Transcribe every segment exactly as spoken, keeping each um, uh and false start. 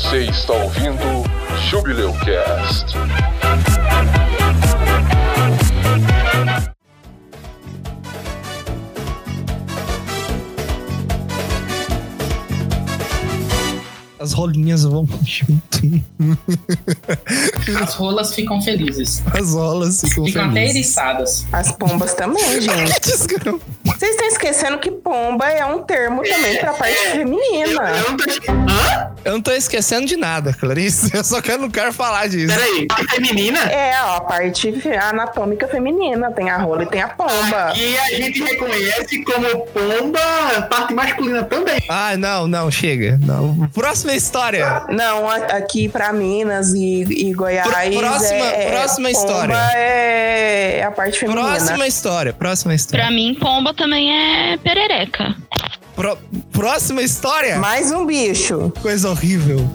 Você está ouvindo JubileuCast. As rolinhas vão junto. As rolas ficam felizes. As rolas ficam, ficam até felizes. eriçadas. As pombas também, gente. Vocês estão esquecendo que pomba é um termo também pra parte feminina. Eu não tô... Hã? Eu não tô esquecendo de nada, Clarice. Eu só quero, não quero falar disso. Peraí, a feminina? É, ó, a parte anatômica feminina. Tem a rola e tem a pomba. E a gente reconhece como pomba parte masculina também. Ah, não, não, chega. Não. Próxima história. Não, aqui pra Minas e, e Goiás. Próxima, é, próxima pomba história. É a parte feminina. Próxima história, próxima história. Pra mim, pomba também é perereca. Pro, próxima história? Mais um bicho. Coisa horrível.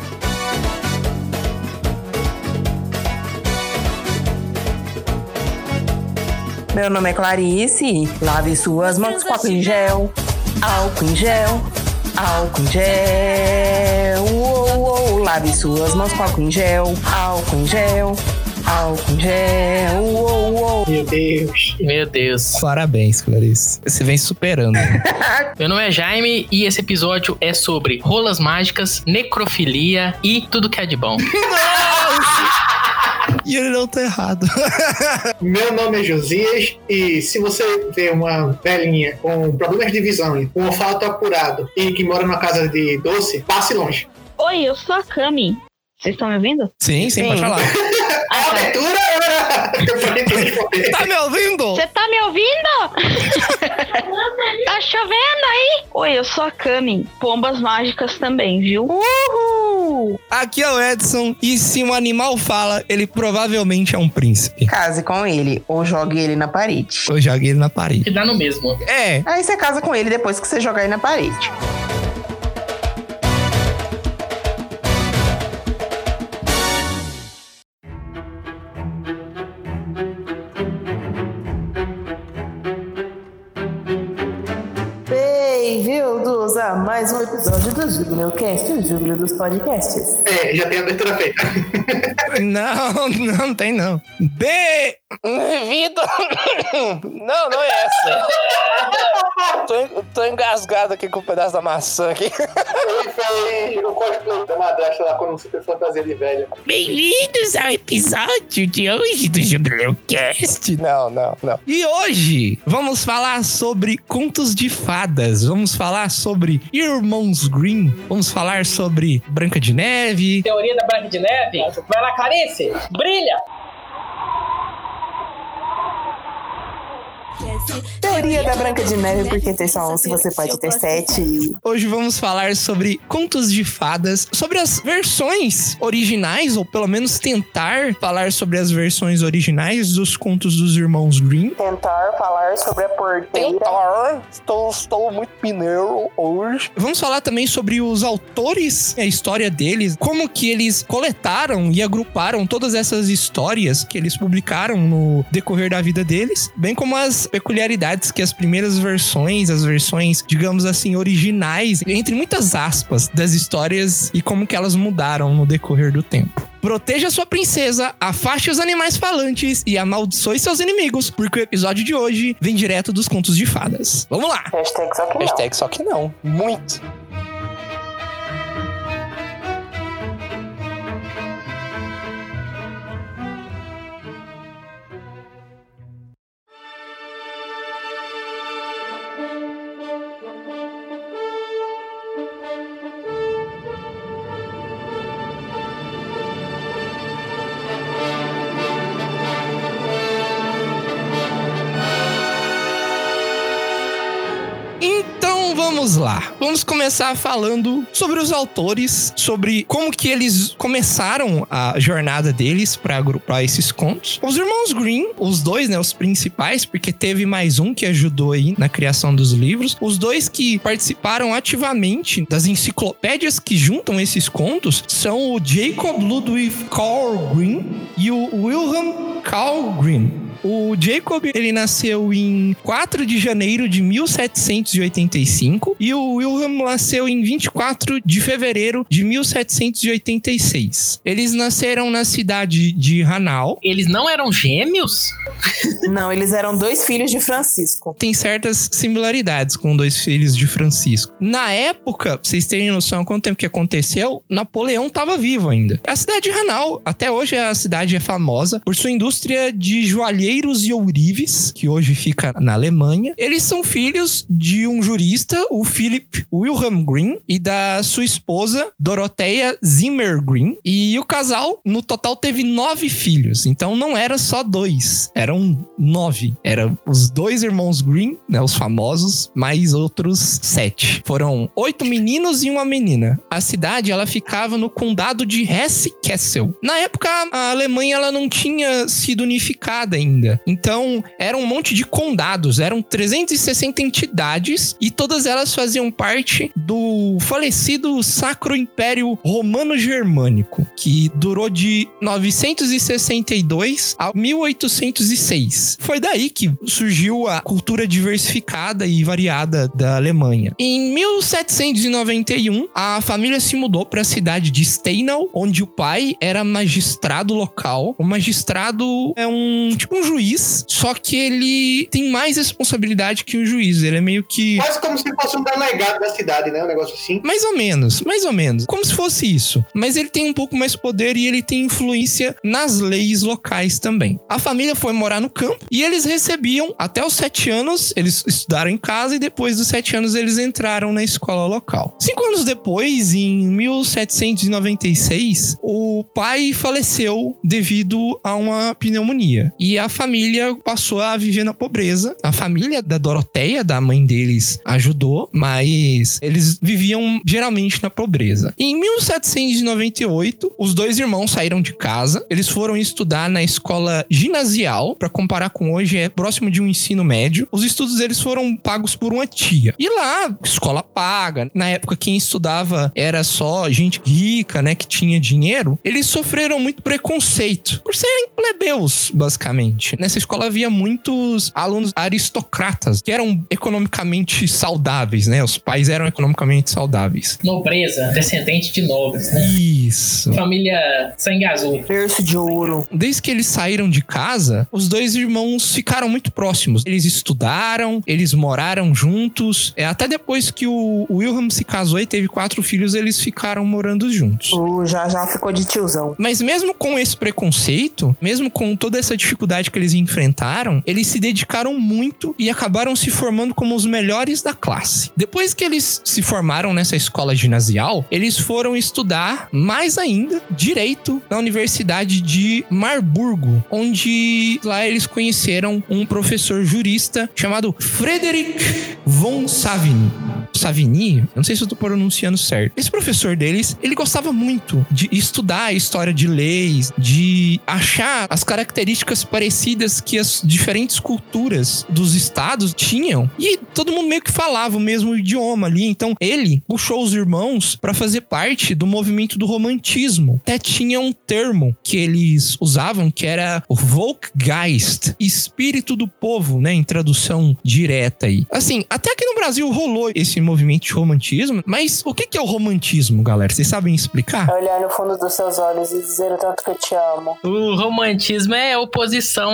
Meu nome é Clarice. Lave suas mãos com álcool em gel. Álcool em gel. Álcool em gel. Uou, uou. Lave suas mãos com álcool em gel. Álcool em gel. Álcool em gel. Uou, uou. Meu Deus. Meu Deus. Parabéns, Clarice. Você vem superando. Meu nome é Jaime e esse episódio é sobre rolas mágicas, necrofilia e tudo que é de bom. E ele não tá errado. Meu nome é Josias e se você vê uma velhinha com problemas de visão, com olfato apurado e que mora numa casa de doce, passe longe. Oi, eu sou a Cami. Vocês estão me ouvindo? Sim, sim, Sim. pode falar. A abertura era... Tá me ouvindo? Você tá me ouvindo? Tá chovendo aí? Oi, eu sou a Cami. Pombas mágicas também, viu? Uhul! Aqui é o Edson e se um animal fala, ele provavelmente é um príncipe. Case com ele ou jogue ele na parede. Eu joguei ele na parede. Que dá no mesmo. É, Aí você casa com ele depois que você jogar ele na parede. Bem-vindos a mais um episódio do JubileuCast, o Júbilo dos podcasts. É, já tem a abertura feita. não, não tem não. B... Vida... Não, não é essa. tô, tô engasgado aqui com um pedaço da maçã aqui. Ele fez o cosplay da madrasta lá quando você fantasia de velha. Bem-vindos ao episódio de hoje do JubileuCast. Não, não, não. E hoje vamos falar sobre contos de fadas. Vamos falar sobre Irmãos Grimm. Vamos falar sobre Branca de Neve. Teoria da Branca de Neve? Vai lá, Clarice! Brilha! Teoria da Branca de Neve, porque ter só um se você pode ter sete. Hoje vamos falar sobre contos de fadas, sobre as versões originais, ou pelo menos tentar falar sobre as versões originais dos contos dos Irmãos Grimm. Tentar falar sobre a porteira. Tentar. Estou, estou muito mineiro hoje. Vamos falar também sobre os autores, a história deles, como que eles coletaram e agruparam todas essas histórias que eles publicaram no decorrer da vida deles, bem como as peculiaridades que as primeiras versões, as versões, digamos assim, originais, entre muitas aspas, das histórias e como que elas mudaram no decorrer do tempo. Proteja sua princesa, afaste os animais falantes e amaldiçoe seus inimigos, porque o episódio de hoje vem direto dos contos de fadas. Vamos lá! Hashtag só que não. Hashtag só que não. Muito. Então vamos lá. Vamos começar falando sobre os autores, sobre como que eles começaram a jornada deles para agrupar esses contos. Os irmãos Grimm, os dois, né, os principais, porque teve mais um que ajudou aí na criação dos livros. Os dois que participaram ativamente das enciclopédias que juntam esses contos são o Jacob Ludwig Carl Grimm e o Wilhelm Carl Grimm. O Jacob, ele nasceu em quatro de janeiro de mil setecentos e oitenta e cinco e o Wilhelm nasceu em vinte e quatro de fevereiro de mil setecentos e oitenta e seis. Eles nasceram na cidade de Hanau. Eles não eram gêmeos? Não, eles eram dois filhos de Francisco. Tem certas similaridades com dois filhos de Francisco. Na época, pra vocês terem noção quanto tempo que aconteceu, Napoleão estava vivo ainda. A cidade de Hanau, até hoje a cidade é famosa por sua indústria de joalheiros e ourives, que hoje fica na Alemanha. Eles são filhos de um jurista, o Philipp Wilhelm Green, e da sua esposa, Dorothea Zimmer Green. E o casal, no total, teve nove filhos. Então não era só dois, eram nove. Eram os dois irmãos Green, né, os famosos, mais outros sete. Foram oito meninos e uma menina. A cidade, ela ficava no condado de Hesse-Kassel. Na época, a Alemanha, ela não tinha sido unificada ainda. Então, era um monte de condados. Eram trezentas e sessenta entidades e todas elas faziam parte do falecido Sacro Império Romano-Germânico, que durou de novecentos e sessenta e dois a mil oitocentos e seis. Foi daí que surgiu a cultura diversificada e variada da Alemanha. Em mil setecentos e noventa e um, a família se mudou para a cidade de Steinau, onde o pai era magistrado local. O magistrado é um tipo um juiz, só que ele tem mais responsabilidade que um juiz. Ele é meio que... quase como se fosse um delegado da cidade, né? Um negócio assim. Mais ou menos, mais ou menos. Como se fosse isso. Mas ele tem um pouco mais poder e ele tem influência nas leis locais também. A família foi morar no campo e eles recebiam, até os sete anos, eles estudaram em casa e depois dos sete anos eles entraram na escola local. Cinco anos depois, em mil setecentos e noventa e seis, o pai faleceu devido a uma pneumonia. E a família passou a viver na pobreza. A família da Doroteia, da mãe deles, ajudou, mas eles viviam geralmente na pobreza. Em mil setecentos e noventa e oito, os dois irmãos saíram de casa. Eles foram estudar na escola ginasial, para comparar com hoje, é próximo de um ensino médio. Os estudos deles foram pagos por uma tia. E lá, escola paga. Na época, quem estudava era só gente rica, né, que tinha dinheiro. Eles sofreram muito preconceito por serem plebeus, basicamente. Nessa escola havia muitos alunos aristocratas, que eram economicamente saudáveis, né? Os pais eram economicamente saudáveis. Nobreza, descendente de nobres, né? Isso. Família sangue azul. Berço de ouro. Desde que eles saíram de casa, os dois irmãos ficaram muito próximos. Eles estudaram, eles moraram juntos. É, até depois que o Wilhelm se casou e teve quatro filhos, eles ficaram morando juntos. O já já ficou de tiozão. Mas mesmo com esse preconceito, mesmo com toda essa dificuldade que eles enfrentaram, eles se dedicaram muito e acabaram se formando como os melhores da classe. Depois que eles se formaram nessa escola ginasial, eles foram estudar mais ainda direito na Universidade de Marburgo, onde lá eles conheceram um professor jurista chamado Frederick von Savigny. Savigny, eu não sei se eu tô pronunciando certo. Esse professor deles, ele gostava muito de estudar a história de leis, de achar as características parecidas que as diferentes culturas dos estados tinham. E todo mundo meio que falava o mesmo idioma ali. Então, ele puxou os irmãos para fazer parte do movimento do romantismo. Até tinha um termo que eles usavam, que era o Volksgeist, espírito do povo, né? Em tradução direta aí. Assim, até aqui no Brasil rolou esse movimento de romantismo, mas o que que é o romantismo, galera? Vocês sabem explicar? Olhar no fundo dos seus olhos e dizer o tanto que eu te amo. O romantismo é oposição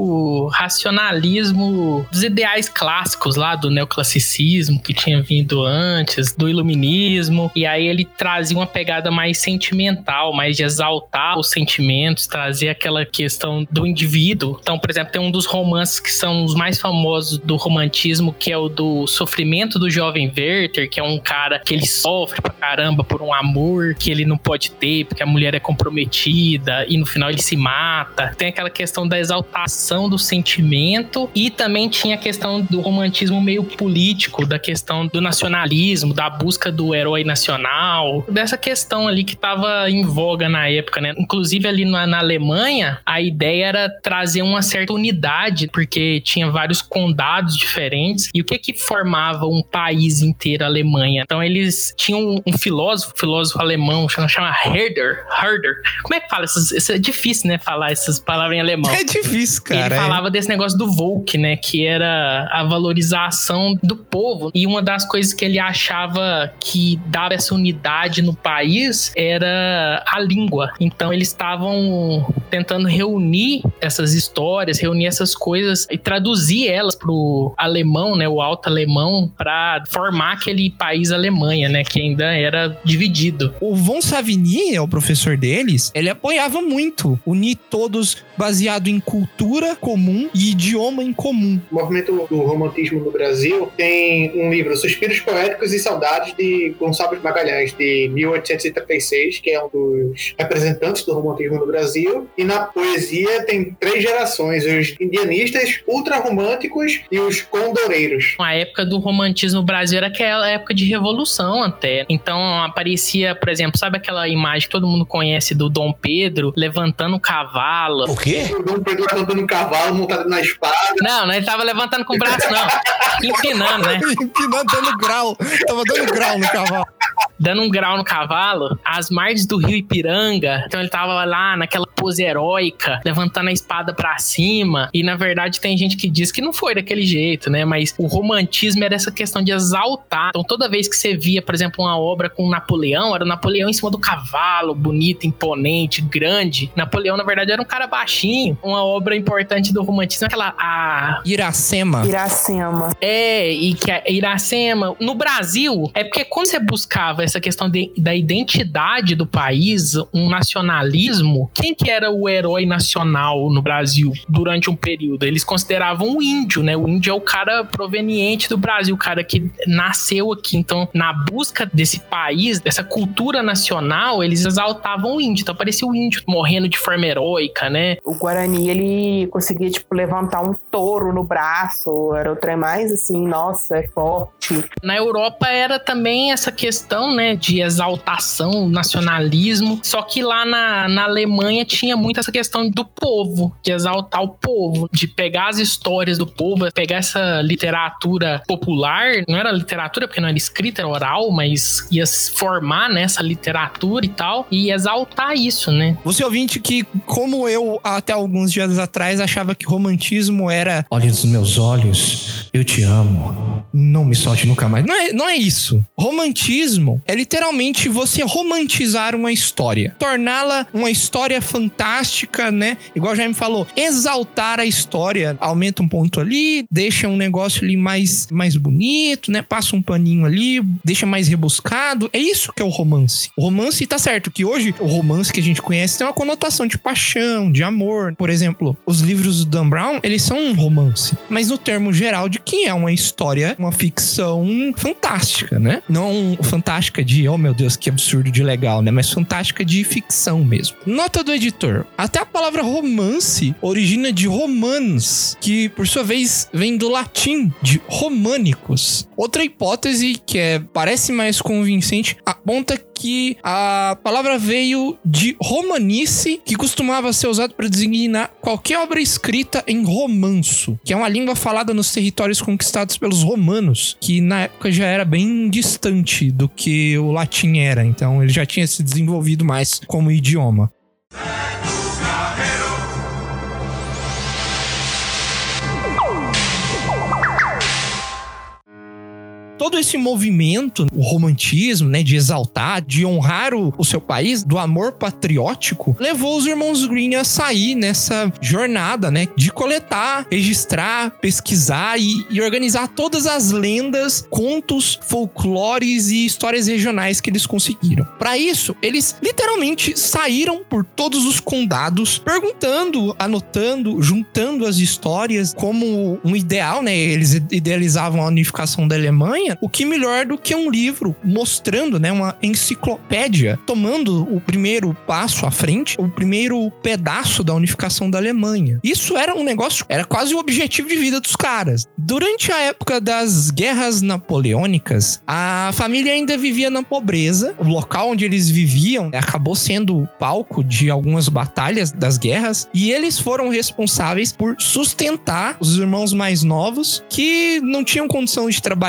ao racionalismo dos ideais clássicos lá do neoclassicismo que tinha vindo antes, do iluminismo, e aí ele trazia uma pegada mais sentimental, mais de exaltar os sentimentos, trazer aquela questão do indivíduo. Então, por exemplo, tem um dos romances que são os mais famosos do romantismo, que é o do Sofrimento do Jovem Werther, que é um cara que ele sofre pra caramba por um amor que ele não pode ter, porque a mulher é comprometida, e no final ele se mata. Tem aquela questão da exaltação do sentimento, e também tinha a questão do romantismo meio político, da questão do nacionalismo, da busca do herói nacional, dessa questão ali que tava em voga na época, né? Inclusive ali na, na Alemanha, a ideia era trazer uma certa unidade, porque tinha vários condados diferentes, e o que que formava um país inteira a Alemanha. Então eles tinham um, um filósofo, filósofo alemão, chama, chama Herder, Herder. Como é que fala? Isso, isso é difícil, né, falar essas palavras em alemão. É difícil, cara. Ele falava desse negócio do Volk, né, que era a valorização do povo. E uma das coisas que ele achava que dava essa unidade no país era a língua. Então eles estavam tentando reunir essas histórias, reunir essas coisas e traduzir elas pro alemão, né, o alto alemão, para formar aquele país Alemanha, né, que ainda era dividido. O von Savigny, é o professor deles, ele apoiava muito unir todos baseado em cultura comum e idioma em comum. O movimento do romantismo no Brasil tem um livro, Suspiros Poéticos e Saudades, de Gonçalves Magalhães, de mil oitocentos e trinta e seis, que é um dos representantes do romantismo no Brasil. E na poesia tem três gerações, os indianistas, ultrarromânticos e os condoreiros. A época do romantismo no Brasil era aquela época de revolução até. Então aparecia, por exemplo, sabe aquela imagem que todo mundo conhece do Dom Pedro levantando o cavalo? O quê? O Dom Pedro levantando um cavalo montado na espada. Não, não, ele tava levantando com o braço, não. Empinando, né? Empinando, dando grau. Tava dando grau no cavalo. Dando um grau no cavalo, às margens do rio Ipiranga. Então ele tava lá naquela pose heróica, levantando a espada pra cima. E na verdade tem gente que diz que não foi daquele jeito, né? Mas o romantismo era essa questão de exaltar. Então toda vez que você via, por exemplo, uma obra com Napoleão, era o Napoleão em cima do cavalo, bonito, imponente, grande. Napoleão, na verdade, era um cara baixinho. Uma obra importante do romantismo é aquela... A... Iracema. Iracema. É, e que a Iracema... No Brasil, é porque quando você buscava essa questão de, da identidade do país, um nacionalismo, quem que era o herói nacional no Brasil durante um período? Eles consideravam o índio, né? O índio é o cara proveniente do Brasil, o cara que nasceu aqui. Então, na busca desse país, dessa cultura nacional, eles exaltavam o índio. Então, parecia o índio morrendo de forma heróica, né? O Guarani, ele conseguia, tipo, levantar um touro no braço. Era o trem mais, assim, nossa, é forte. Na Europa era também essa questão, né, de exaltação, nacionalismo. Só que lá na, na Alemanha tinha muito essa questão do povo, de exaltar o povo, de pegar as histórias do povo, pegar essa literatura popular. Não era literatura, porque não era escrita, era oral, mas ia se formar nessa literatura e tal, e exaltar isso, né? Você ouvinte que, como eu, até alguns dias atrás, achava que romantismo era olha nos meus olhos, eu te amo, não me solte nunca mais. Não é, não é isso. Romantismo é literalmente você romantizar uma história, torná-la uma história fantástica, né? Igual já me falou, exaltar a história, aumenta um ponto ali, deixa um negócio ali mais, mais bonito, né? Passa um paninho ali, deixa mais rebuscado. É isso que é o romance. O romance, tá certo que hoje o romance que a gente conhece tem uma conotação de paixão, de amor. Por exemplo, os livros do Dan Brown, eles são um romance, mas no termo geral de que é uma história, uma ficção fantástica, né? Não fantástica de, oh meu Deus, que absurdo de legal, né? Mas fantástica de ficção mesmo. Nota do editor. Até a palavra romance origina de romans, que por sua vez vem do latim, de românicos. Outra hipótese que é, parece mais convincente, aponta que a palavra veio de romanice, que costumava ser usado para designar qualquer obra escrita em romanço, que é uma língua falada nos territórios conquistados pelos romanos, que na época já era bem distante do que o latim era, então ele já tinha se desenvolvido mais como idioma. Todo esse movimento, o romantismo, né, de exaltar, de honrar o, o seu país, do amor patriótico, levou os irmãos Grimm a sair nessa jornada, né, de coletar, registrar, pesquisar e, e organizar todas as lendas, contos, folclores e histórias regionais que eles conseguiram. Para isso, eles literalmente saíram por todos os condados, perguntando, anotando, juntando as histórias como um ideal, né, eles idealizavam a unificação da Alemanha. O que melhor do que um livro mostrando, né, uma enciclopédia, tomando o primeiro passo à frente, o primeiro pedaço da unificação da Alemanha. Isso era um negócio, era quase o objetivo de vida dos caras. Durante a época das guerras napoleônicas, a família ainda vivia na pobreza. O local onde eles viviam acabou sendo palco de algumas batalhas das guerras, e eles foram responsáveis por sustentar os irmãos mais novos que não tinham condição de trabalhar,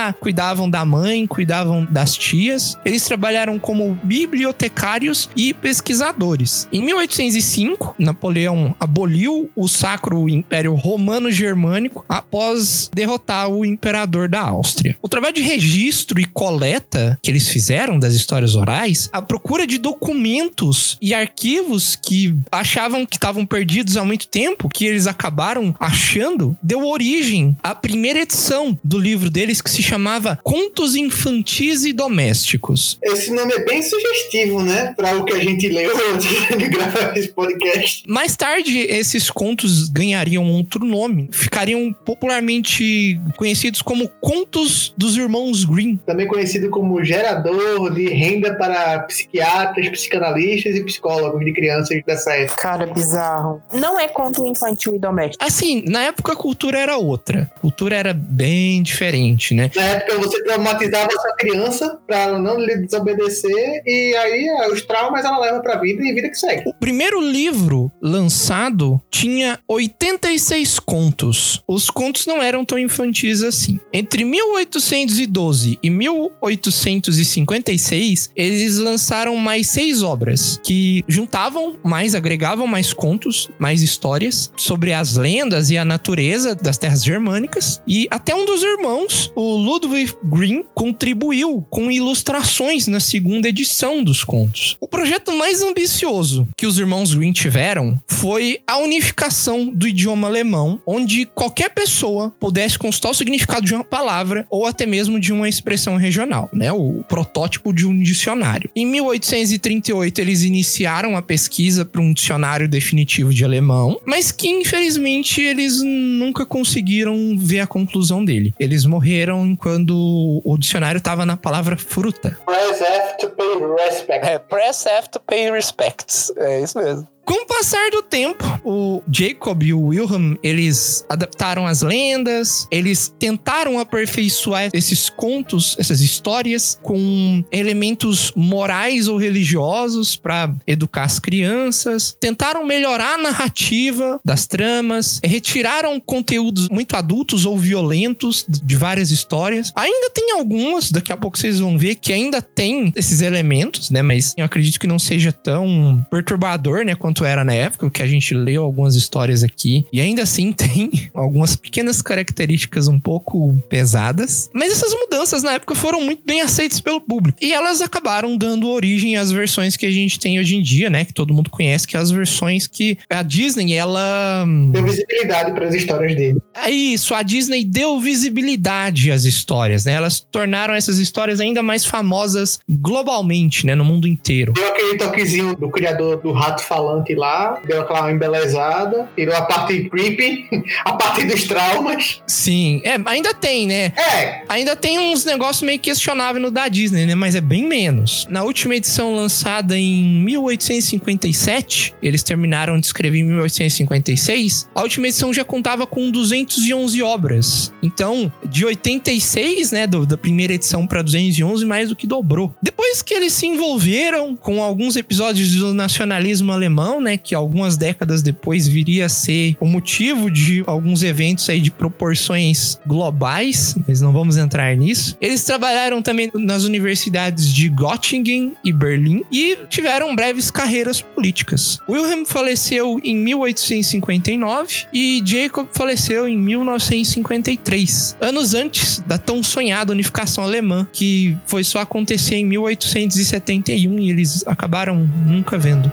lá, cuidavam da mãe, cuidavam das tias. Eles trabalharam como bibliotecários e pesquisadores. Em mil oitocentos e cinco, Napoleão aboliu o Sacro Império Romano-Germânico após derrotar o imperador da Áustria. O trabalho de registro e coleta que eles fizeram das histórias orais, a procura de documentos e arquivos que achavam que estavam perdidos há muito tempo, que eles acabaram achando, deu origem à primeira edição do livro deles, que se chamava Contos Infantis e Domésticos. Esse nome é bem sugestivo, né? Para o que a gente leu antes de gravar esse podcast. Mais tarde, esses contos ganhariam outro nome. Ficariam popularmente conhecidos como Contos dos Irmãos Grimm. Também conhecido como gerador de renda para psiquiatras, psicanalistas e psicólogos de crianças dessa época. Cara, bizarro. Não é conto infantil e doméstico. Assim, na época a cultura era outra. A cultura era bem diferente, né? Na época você traumatizava a sua criança para ela não lhe desobedecer e aí os traumas ela leva pra vida e vida que segue. O primeiro livro lançado tinha oitenta e seis contos. Os contos não eram tão infantis assim. Entre mil oitocentos e doze e mil oitocentos e cinquenta e seis, eles lançaram mais seis obras que juntavam mais, agregavam mais contos, mais histórias sobre as lendas e a natureza das terras germânicas. E até um dos irmãos, o Ludwig Grimm, contribuiu com ilustrações na segunda edição dos contos. O projeto mais ambicioso que os irmãos Grimm tiveram foi a unificação do idioma alemão, onde qualquer pessoa pudesse consultar o significado de uma palavra ou até mesmo de uma expressão regional, né? O protótipo de um dicionário. Em mil oitocentos e trinta e oito, eles iniciaram a pesquisa para um dicionário definitivo de alemão, mas que infelizmente eles nunca conseguiram ver a conclusão dele. Eles morreram quando o dicionário estava na palavra fruta. Press F to pay respect. É, press F to pay respects. É isso mesmo. Com o passar do tempo, o Jacob e o Wilhelm, eles adaptaram as lendas, eles tentaram aperfeiçoar esses contos, essas histórias, com elementos morais ou religiosos para educar as crianças, tentaram melhorar a narrativa das tramas, retiraram conteúdos muito adultos ou violentos de várias histórias. Ainda tem algumas, daqui a pouco vocês vão ver, que ainda tem esses elementos, né? Mas eu acredito que não seja tão perturbador, né? Quanto era na época, que a gente leu algumas histórias aqui, e ainda assim tem algumas pequenas características um pouco pesadas, mas essas mudanças na época foram muito bem aceitas pelo público, e elas acabaram dando origem às versões que a gente tem hoje em dia, né, que todo mundo conhece, que é as versões que a Disney, ela... deu visibilidade para as histórias dele. É isso, a Disney deu visibilidade às histórias, né, elas tornaram essas histórias ainda mais famosas globalmente, né, no mundo inteiro. Deu aquele toquezinho do criador do Rato Falante lá, deu aquela embelezada, tirou a parte creepy, a parte dos traumas. Sim, é, ainda tem, né? É. Ainda tem uns negócios meio questionáveis no da Disney, né? Mas é bem menos. Na última edição lançada em mil oitocentos e cinquenta e sete, eles terminaram de escrever em mil oitocentos e cinquenta e seis, a última edição já contava com duzentas e onze obras. Então, de oitenta e seis, né, do, da primeira edição para duzentas e onze, mais do que dobrou. Depois que eles se envolveram com alguns episódios do nacionalismo alemão, né, que algumas décadas depois viria a ser o motivo de alguns eventos aí de proporções globais, mas não vamos entrar nisso. Eles trabalharam também nas universidades de Göttingen e Berlim e tiveram breves carreiras políticas. Wilhelm faleceu em mil oitocentos e cinquenta e nove e Jacob faleceu em mil novecentos e cinquenta e três, anos antes da tão sonhada unificação alemã, que foi só acontecer em mil oitocentos e setenta e um e eles acabaram nunca vendo.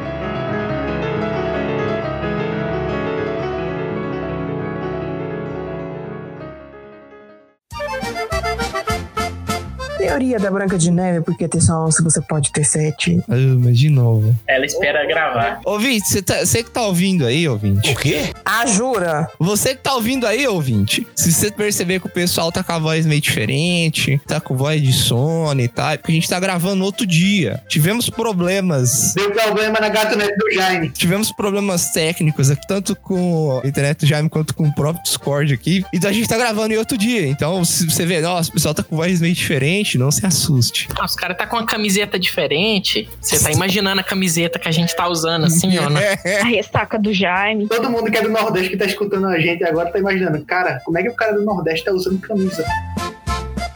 Teoria da Branca de Neve, porque atenção, se você pode ter sete. Ah, mas de novo. Ela espera gravar. Ouvinte, você tá, que tá ouvindo aí, ouvinte? O quê? Ah, jura? Você que tá ouvindo aí, ouvinte, se você perceber que o pessoal tá com a voz meio diferente, tá com voz de sono e tal, é porque a gente tá gravando outro dia. Tivemos problemas. Deu problema na GatoNet do Jaime. Tivemos problemas técnicos aqui, tanto com a internet do Jaime quanto com o próprio Discord aqui. Então a gente tá gravando em outro dia. Então, se você vê, nossa, o pessoal tá com voz meio diferente, não se assuste. Ah, os caras tá com uma camiseta diferente. Você tá imaginando a camiseta que a gente tá usando assim, ó, né? A ressaca do Jaime. Todo mundo que é do Nordeste que tá escutando a gente agora tá imaginando, cara, como é que o cara do Nordeste tá usando camisa?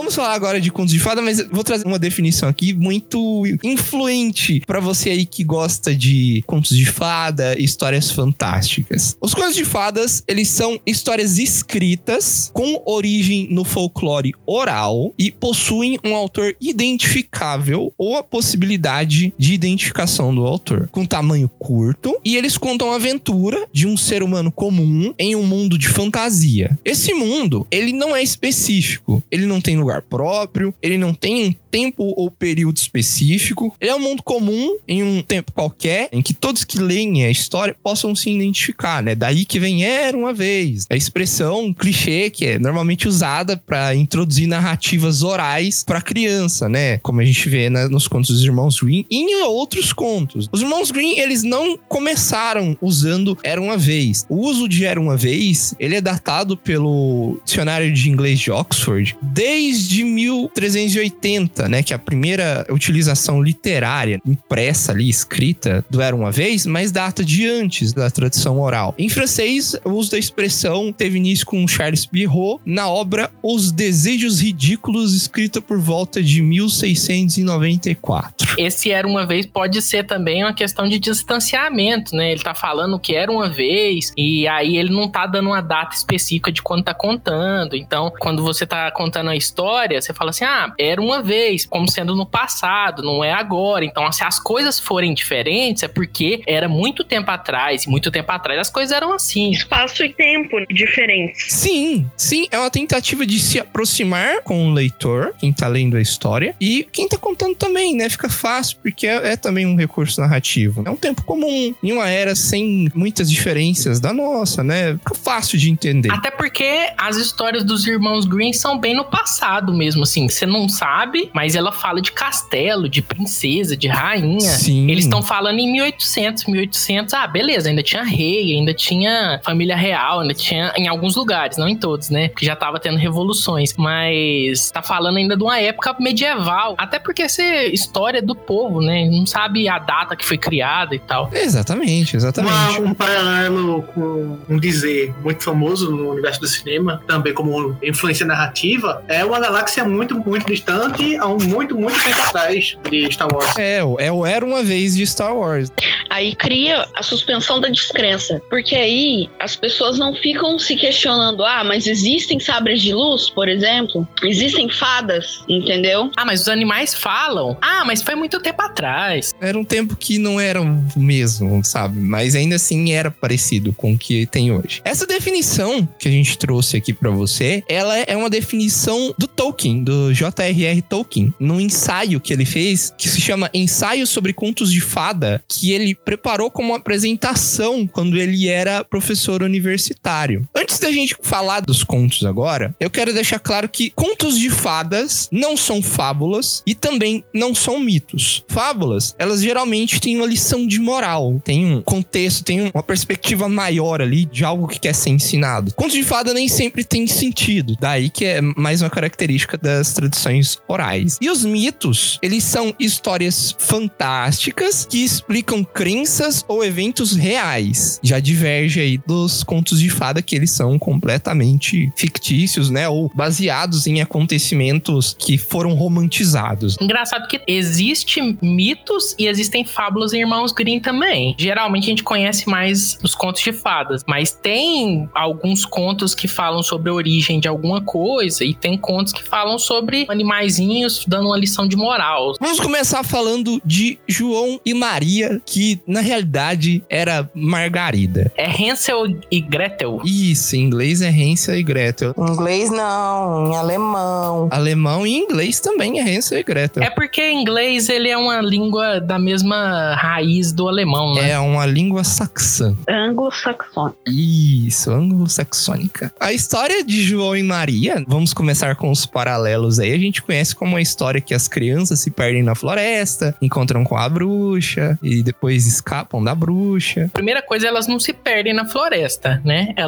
Vamos falar agora de contos de fada, mas vou trazer uma definição aqui muito influente pra você aí que gosta de contos de fada e histórias fantásticas. Os contos de fadas, eles são histórias escritas com origem no folclore oral e possuem um autor identificável ou a possibilidade de identificação do autor, com tamanho curto, e eles contam a aventura de um ser humano comum em um mundo de fantasia. Esse mundo, ele não é específico, ele não tem lugar próprio, ele não tem um tempo ou período específico, ele é um mundo comum em um tempo qualquer, em que todos que leem a história possam se identificar, né? Daí que vem Era Uma Vez, a expressão um clichê que é normalmente usada para introduzir narrativas orais para criança, né? Como a gente vê na, nos contos dos Irmãos Grimm e em outros contos. Os Irmãos Grimm, eles não começaram usando Era Uma Vez. O uso de Era Uma Vez, ele é datado pelo Dicionário de Inglês de Oxford desde mil trezentos e oitenta, né? Que é a primeira utilização literária impressa ali, escrita do Era Uma Vez, mas data de antes da tradição oral. Em francês, o uso da expressão teve início com Charles Perrault na obra Os Desejos Ridículos, escrita por volta de mil seiscentos e noventa e quatro. Esse Era Uma Vez pode ser também uma questão de distanciamento, né? Ele tá falando que era uma vez e aí ele não tá dando uma data específica de quando tá contando. Então, quando você tá contando a história, você fala assim, ah, era uma vez, como sendo no passado, não é agora. Então, se as coisas forem diferentes, é porque era muito tempo atrás, e muito tempo atrás as coisas eram assim. Espaço e tempo diferentes. Sim, sim, é uma tentativa de se aproximar com o leitor, quem tá lendo a história, e quem tá contando também, né? Fica fácil, porque é, é também um recurso narrativo. É um tempo comum, em uma era sem muitas diferenças da nossa, né? Fica fácil de entender. Até porque as histórias dos Irmãos Grimm são bem no passado mesmo, assim. Você não sabe, mas ela fala de castelo, de princesa, de rainha. Sim. Eles estão falando em mil e oitocentos, mil e oitocentos. Ah, beleza, ainda tinha rei, ainda tinha família real, ainda tinha em alguns lugares, não em todos, né? Porque já tava tendo revoluções. Mas tá falando ainda de uma época medieval. Até porque essa é história do povo, né? Não sabe a data que foi criada e tal. Exatamente, exatamente. Uma, um paralelo com um dizer muito famoso no universo do cinema, também como influência narrativa, é uma galáxia muito, muito distante, há um muito, muito tempo atrás de Star Wars. É, é o Era Uma Vez de Star Wars. Aí cria a suspensão da descrença. Porque aí as pessoas não ficam se questionando, ah, mas existem sabres de luz, por exemplo? Existem fadas, entendeu? Ah, mas os animais falam. Ah, mas foi muito tempo atrás. Era um tempo que não era o mesmo, sabe? Mas ainda assim era parecido com o que tem hoje. Essa definição que a gente trouxe aqui pra você, ela é uma definição do Tolkien, do J R R Tolkien, num ensaio que ele fez, que se chama Ensaio sobre Contos de Fada, que ele preparou como apresentação quando ele era professor universitário. Antes da gente falar dos contos agora, eu quero deixar claro que contos de fadas não são fábulas e também não são mitos. Fábulas, elas geralmente têm uma lição de moral, tem um contexto, tem uma perspectiva maior ali de algo que quer ser ensinado. Contos de fada nem sempre tem sentido, daí que é mais uma característica das tradições orais. E os mitos, eles são histórias fantásticas que explicam crenças ou eventos reais. Já diverge aí dos contos de fada, que eles são completamente fictícios, né? Ou baseados em acontecimentos que foram romantizados. Engraçado que existe mitos e existem fábulas em Irmãos Grimm também. Geralmente a gente conhece mais os contos de fadas, mas tem alguns contos que falam sobre a origem de alguma coisa e tem contos que falam sobre animaizinhos dando uma lição de moral. Vamos começar falando de João e Maria, que na realidade era Margarida. É Hansel e Gretel. Isso, em inglês é Hansel e Gretel. Em inglês não, em alemão. Alemão e inglês também é Hansel e Gretel. É porque em inglês ele é uma língua da mesma raiz do alemão, né? É uma língua saxã. Anglo-saxônica. Isso, anglo-saxônica. A história de João e Maria, vamos começar com os paralelos aí. A gente conhece como uma história que as crianças se perdem na floresta, encontram com a bruxa e depois escapam da bruxa. Primeira coisa, elas não se perdem na floresta, né? Elas são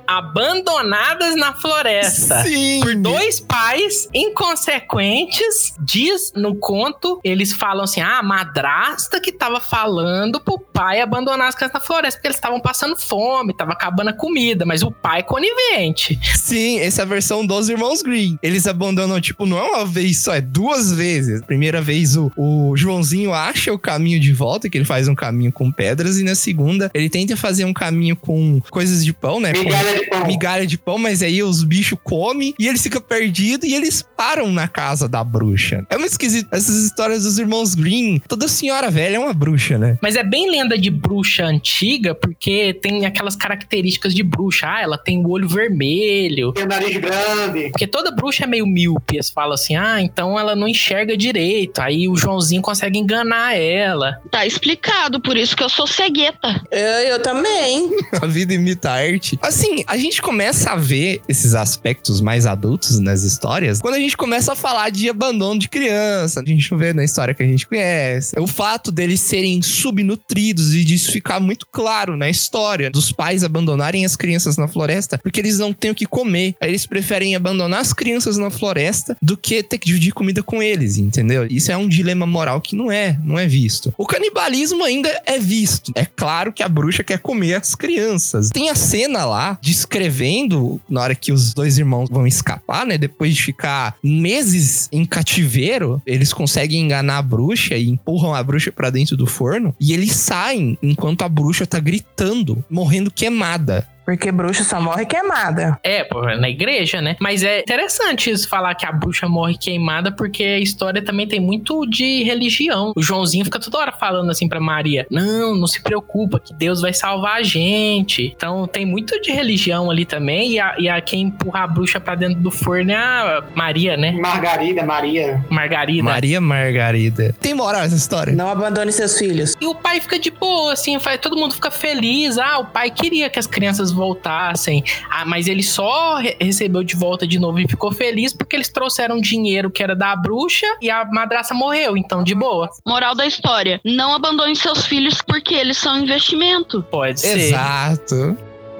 abandonadas na floresta. Sim. Por dois pais inconsequentes. Diz no conto, eles falam assim, ah, a madrasta que tava falando pro pai abandonar as crianças na floresta, porque eles estavam passando fome, tava acabando a comida, mas o pai é conivente. Sim, essa é a versão dos irmãos Green. Eles abandonam, tipo, não é uma vez só, é duas vezes. Primeira vez o, o Joãozinho acha o caminho de volta, que ele faz um caminho com pedras, e na segunda ele tenta fazer um caminho com coisas de pão, né? Migalha com de pão. Migalha de pão, mas aí os bichos comem e eles ficam perdidos e eles param na casa da bruxa. É muito esquisito. Essas histórias dos irmãos Green, toda senhora velha é uma bruxa, né? Mas é bem lenda de bruxa antiga, porque tem aquelas características de bruxa. Ah, ela tem o olho vermelho. Tem o nariz grande. Porque toda bruxa é meio míope. Eles falam assim, ah, então ela não enxerga direito. Aí o Joãozinho consegue enganar ela. Tá explicado, por isso que eu sou cegueta. Eu, eu também. A vida imita a arte. Assim, a gente começa a ver esses aspectos mais adultos nas histórias quando a gente começa a falar de abandono de criança. A gente não vê na história que a gente conhece. O fato deles serem subnutridos e disso ficar muito claro na história dos pais abandonarem as crianças na floresta porque eles não têm o que comer. Aí eles preferem abandonar as crianças na floresta do que ter que dividir comida com eles, entendeu? Isso é um dilema moral que não é, não é visto. O canibalismo ainda é visto. É claro que a bruxa quer comer as crianças. Tem a cena lá descrevendo na hora que os dois irmãos vão escapar, né? Depois de ficar meses em cativeiro, eles conseguem enganar a bruxa e empurram a bruxa pra dentro do forno e eles saem enquanto a bruxa tá gritando, morrendo queimada. Porque bruxa só morre queimada. É, pô, na igreja, né? Mas é interessante isso, falar que a bruxa morre queimada, porque a história também tem muito de religião. O Joãozinho fica toda hora falando assim pra Maria, não, não se preocupa, que Deus vai salvar a gente. Então tem muito de religião ali também, e a, e a quem empurra a bruxa pra dentro do forno é a Maria, né? Margarida, Maria. Margarida. Maria Margarida. Tem moral essa história? Não abandone seus filhos. E o pai fica de boa, assim, faz, todo mundo fica feliz. Ah, o pai queria que as crianças voltassem, ah, mas ele só re- recebeu de volta de novo e ficou feliz porque eles trouxeram dinheiro que era da bruxa e a madraça morreu, então de boa. Moral da história, não abandone seus filhos porque eles são investimento. Pode ser. Exato.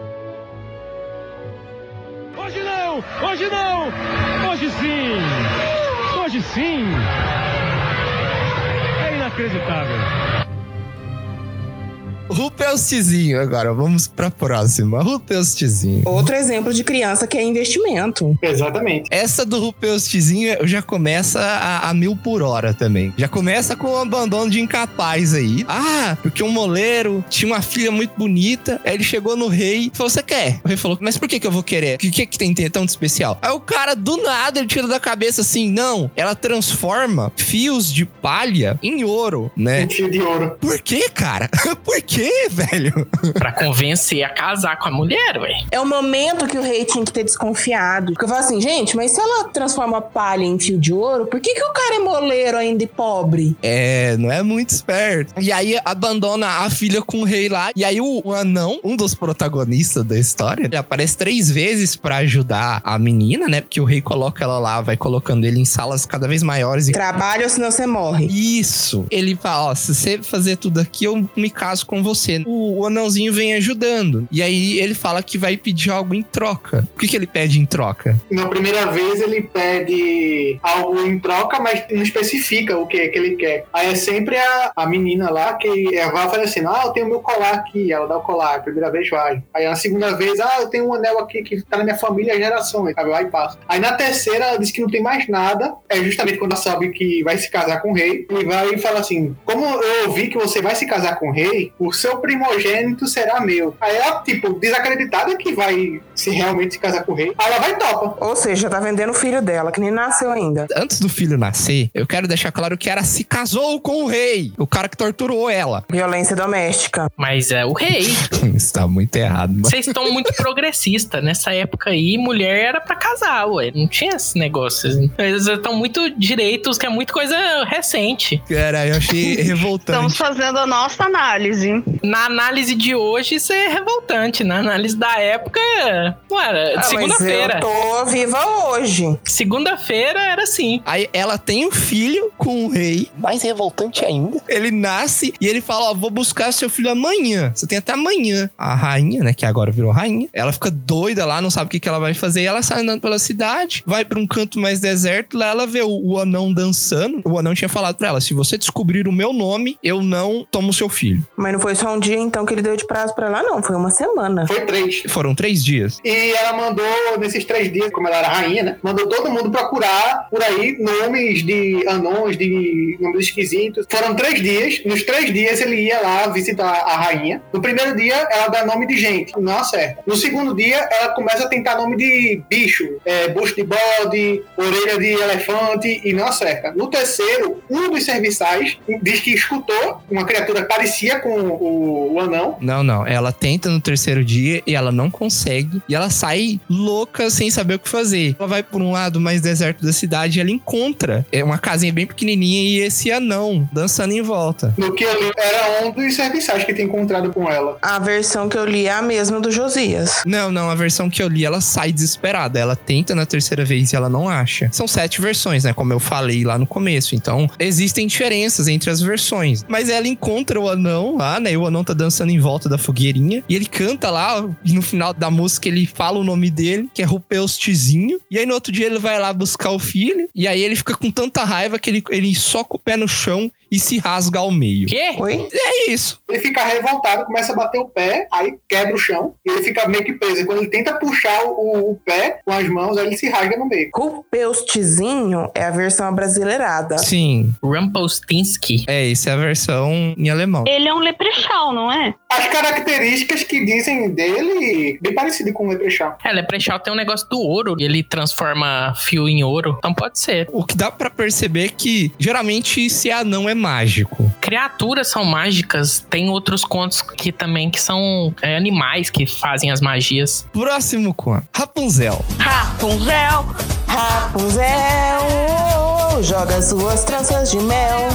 Hoje não! Hoje não! Hoje sim! Hoje sim! É inacreditável. Rupelstezinho agora, vamos pra próxima. Rupelstezinho. Outro exemplo de criança que é investimento. Exatamente. Essa do Rupelstezinho já começa a, a mil por hora também. Já começa com o abandono de incapaz aí. Ah, porque um moleiro tinha uma filha muito bonita, aí ele chegou no rei e falou, você quer? O rei falou, mas por que que eu vou querer? O que que, que tem tão de especial? Aí o cara, do nada, ele tira da cabeça assim, não, ela transforma fios de palha em ouro, né? Um fio de ouro. Por que, cara? Por que, velho? Pra convencer a casar com a mulher, ué. É o momento que o rei tinha que ter desconfiado. Porque eu falo assim, gente, mas se ela transforma palha em fio de ouro, por que que o cara é moleiro ainda e pobre? É, não é muito esperto. E aí abandona a filha com o rei lá. E aí o, o anão, um dos protagonistas da história, ele aparece três vezes pra ajudar a menina, né? Porque o rei coloca ela lá, vai colocando ele em salas cada vez maiores. E... Trabalha ou senão você morre. Isso. Ele fala, ó, se você fazer tudo aqui, eu me caso com você. O, o anãozinho vem ajudando. E aí ele fala que vai pedir algo em troca. O que que ele pede em troca? Na primeira vez ele pede algo em troca, mas não especifica o que é que ele quer. Aí é sempre a, a menina lá que ela vai oferecendo, ah, eu tenho meu colar aqui. Ela dá o colar, a primeira vez vai. Aí na segunda vez, ah, eu tenho um anel aqui que tá na minha família há gerações. Aí vai e passa. Aí na terceira ela diz que não tem mais nada. É justamente quando ela sabe que vai se casar com o rei. Ele vai e fala assim, como eu ouvi que você vai se casar com o rei, o seu primogênito será meu. Aí ela, tipo, desacreditada que vai se realmente se casar com o rei. Aí ela vai e topa. Ou seja, tá vendendo o filho dela, que nem nasceu ainda. Antes do filho nascer, eu quero deixar claro que ela se casou com o rei. O cara que torturou ela. Violência doméstica. Mas é o rei. Isso tá muito errado, mano. Vocês estão muito progressistas. Nessa época aí, mulher era pra casar, ué. Não tinha esse negócio. Eles estão muito direitos, que é muita coisa recente. Cara, eu achei revoltante. Estamos fazendo a nossa análise. Na análise de hoje, isso é revoltante. Na análise da época, não era. Ah, segunda-feira. Mas eu tô viva hoje. Segunda-feira era assim. Aí ela tem um filho com o rei. Mais revoltante ainda. Ele nasce e ele fala, ó, vou buscar seu filho amanhã. Você tem até amanhã. A rainha, né, que agora virou rainha, ela fica doida lá, não sabe o que, que ela vai fazer. E ela sai andando pela cidade, vai pra um canto mais deserto. Lá ela vê o, o anão dançando. O anão tinha falado pra ela, se você descobrir o meu nome, eu não tomo seu filho. Mas não foi só um dia, então, que ele deu de prazo pra ela, não. Foi uma semana. Foi três. Foram três dias. E ela mandou, nesses três dias, como ela era rainha, né? Mandou todo mundo procurar por aí nomes de anões, de nomes esquisitos. Foram três dias. Nos três dias ele ia lá visitar a rainha. No primeiro dia, ela dá nome de gente. Não acerta. No segundo dia, ela começa a tentar nome de bicho. É, bucho de bode, orelha de elefante, e não acerta. No terceiro, um dos serviçais diz que escutou uma criatura que parecia com o, o anão. Não, não. Ela tenta no terceiro dia e ela não consegue. E ela sai louca sem saber o que fazer. Ela vai por um lado mais deserto da cidade e ela encontra é uma casinha bem pequenininha e esse anão dançando em volta. No que eu li, era um dos serviçais que tinha encontrado com ela. A versão que eu li é a mesma do Josias. Não, não. A versão que eu li, ela sai desesperada. Ela tenta na terceira vez e ela não acha. São sete versões, né? Como eu falei lá no começo. Então, existem diferenças entre as versões. Mas ela encontra o anão lá, né? E o anão tá dançando em volta da fogueirinha. E ele canta lá. E no final da música, ele fala o nome dele, que é Rupeustizinho. E aí, no outro dia, ele vai lá buscar o filho. E aí, ele fica com tanta raiva que ele, ele soca o pé no chão e se rasga ao meio. Quê? Oi? É isso. Ele fica revoltado, começa a bater o pé, aí quebra o chão, e ele fica meio que preso. E quando ele tenta puxar o, o pé com as mãos, aí ele se rasga no meio. Rupeustizinho é a versão abrasileirada. Sim. Rumpelstiltskin. É, essa é a versão em alemão. Ele é um leprechaun, não é? As características que dizem dele, bem parecido com o Leprechaun. É, Leprechaun tem um negócio do ouro. Ele transforma fio em ouro. Então pode ser. O que dá pra perceber é que, geralmente, esse anão é mágico. Criaturas são mágicas. Tem outros contos que também que são é, animais que fazem as magias. Próximo conto. Rapunzel. Rapunzel, Rapunzel, oh, joga suas tranças de mel.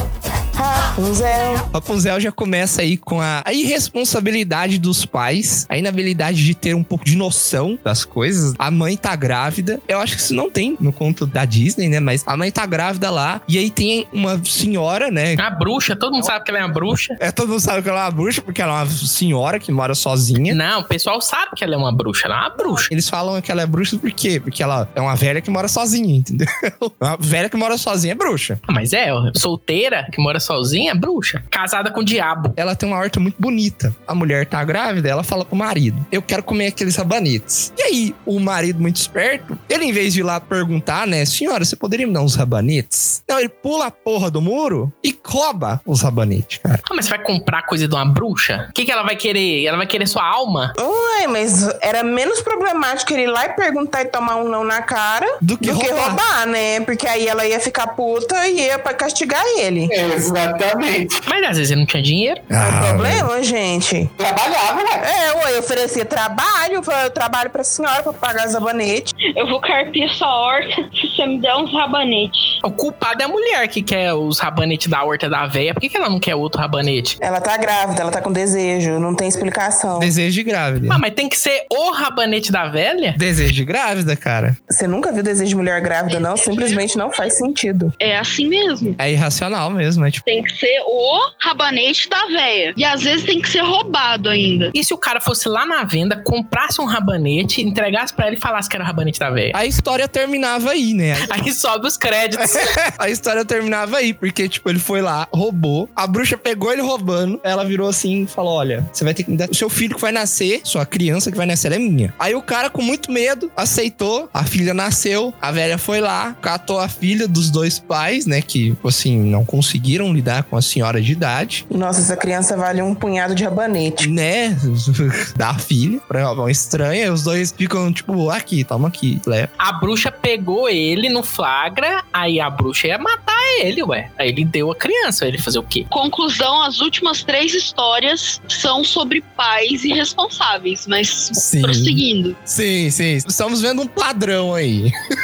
Rapunzel. Rapunzel já começa aí com a, a irresponsabilidade dos pais, a inabilidade de ter um pouco de noção das coisas. A mãe tá grávida. Eu acho que isso não tem no conto da Disney, né? Mas a mãe tá grávida lá. E aí tem uma senhora, né? A bruxa. Todo mundo sabe que ela é uma bruxa. É, todo mundo sabe que ela é uma bruxa, porque ela é uma senhora que mora sozinha. Não, o pessoal sabe que ela é uma bruxa. Ela é uma bruxa. Eles falam que ela é bruxa por quê? Porque ela é uma velha que mora sozinha, entendeu? Uma velha que mora sozinha é bruxa. Ah, mas é, ó, solteira que mora sozinha é bruxa. Casada com o diabo. Ela tem uma horta muito bonita. A mulher tá grávida, ela fala pro marido: eu quero comer aqueles rabanetes. E aí, o marido muito esperto, ele em vez de ir lá perguntar, né, senhora, você poderia me dar uns rabanetes? Não, ele pula a porra do muro e rouba os rabanetes, cara. Ah, mas você vai comprar coisa de uma bruxa? O que, que ela vai querer? Ela vai querer sua alma? Ué, mas era menos problemático ele ir lá e perguntar e tomar um não na cara Do que do que roubar. roubar, né? Porque aí ela ia ficar puta e ia pra castigar ele. Exatamente. Mas às vezes ele não tinha dinheiro. Ah, Problema, gente. Trabalhava, né? É, ué, eu oferecia trabalho, eu falei, eu trabalho pra senhora pra pagar os rabanetes. Eu vou carpir sua horta se você me der uns rabanetes. O culpado é a mulher que quer os rabanetes da horta da véia. Por que, que ela não quer outro rabanete? Ela tá grávida, ela tá com desejo, não tem explicação. Desejo de grávida. Ah, mas tem que ser o rabanete da velha? Desejo de grávida, cara. Você nunca viu desejo de mulher grávida, não? Simplesmente não faz sentido. É assim mesmo. É irracional mesmo, é tipo... Tem que ser o rabanete da véia. E às vezes tem que ser roubado ainda. E se o cara fosse lá na venda, comprasse um rabanete, entregasse pra ela e falasse que era o rabanete da véia? A história terminava aí, né? Aí sobe os créditos. A história terminava aí, porque, tipo, ele foi lá, roubou, a bruxa pegou ele roubando, ela virou assim e falou: olha, você vai ter que me dar... O seu filho que vai nascer, sua criança que vai nascer, ela é minha. Aí o cara, com muito medo, aceitou, a filha nasceu, a velha foi lá, catou a filha dos dois pais, né, que, assim, não conseguiram lidar com a senhora de idade. Nossa, essa criança vale um punhado de rabanete. Né? Da filha, pra uma estranha, e os dois ficam, tipo, aqui, toma aqui, leva. A bruxa pegou ele no flagra, aí a bruxa ia matar ele, ué. Aí ele deu a criança, ele ia fazer o quê? Conclusão, as últimas três histórias são sobre pais irresponsáveis, mas Sim. prosseguindo. Sim, sim. Estamos vendo um padrão aí.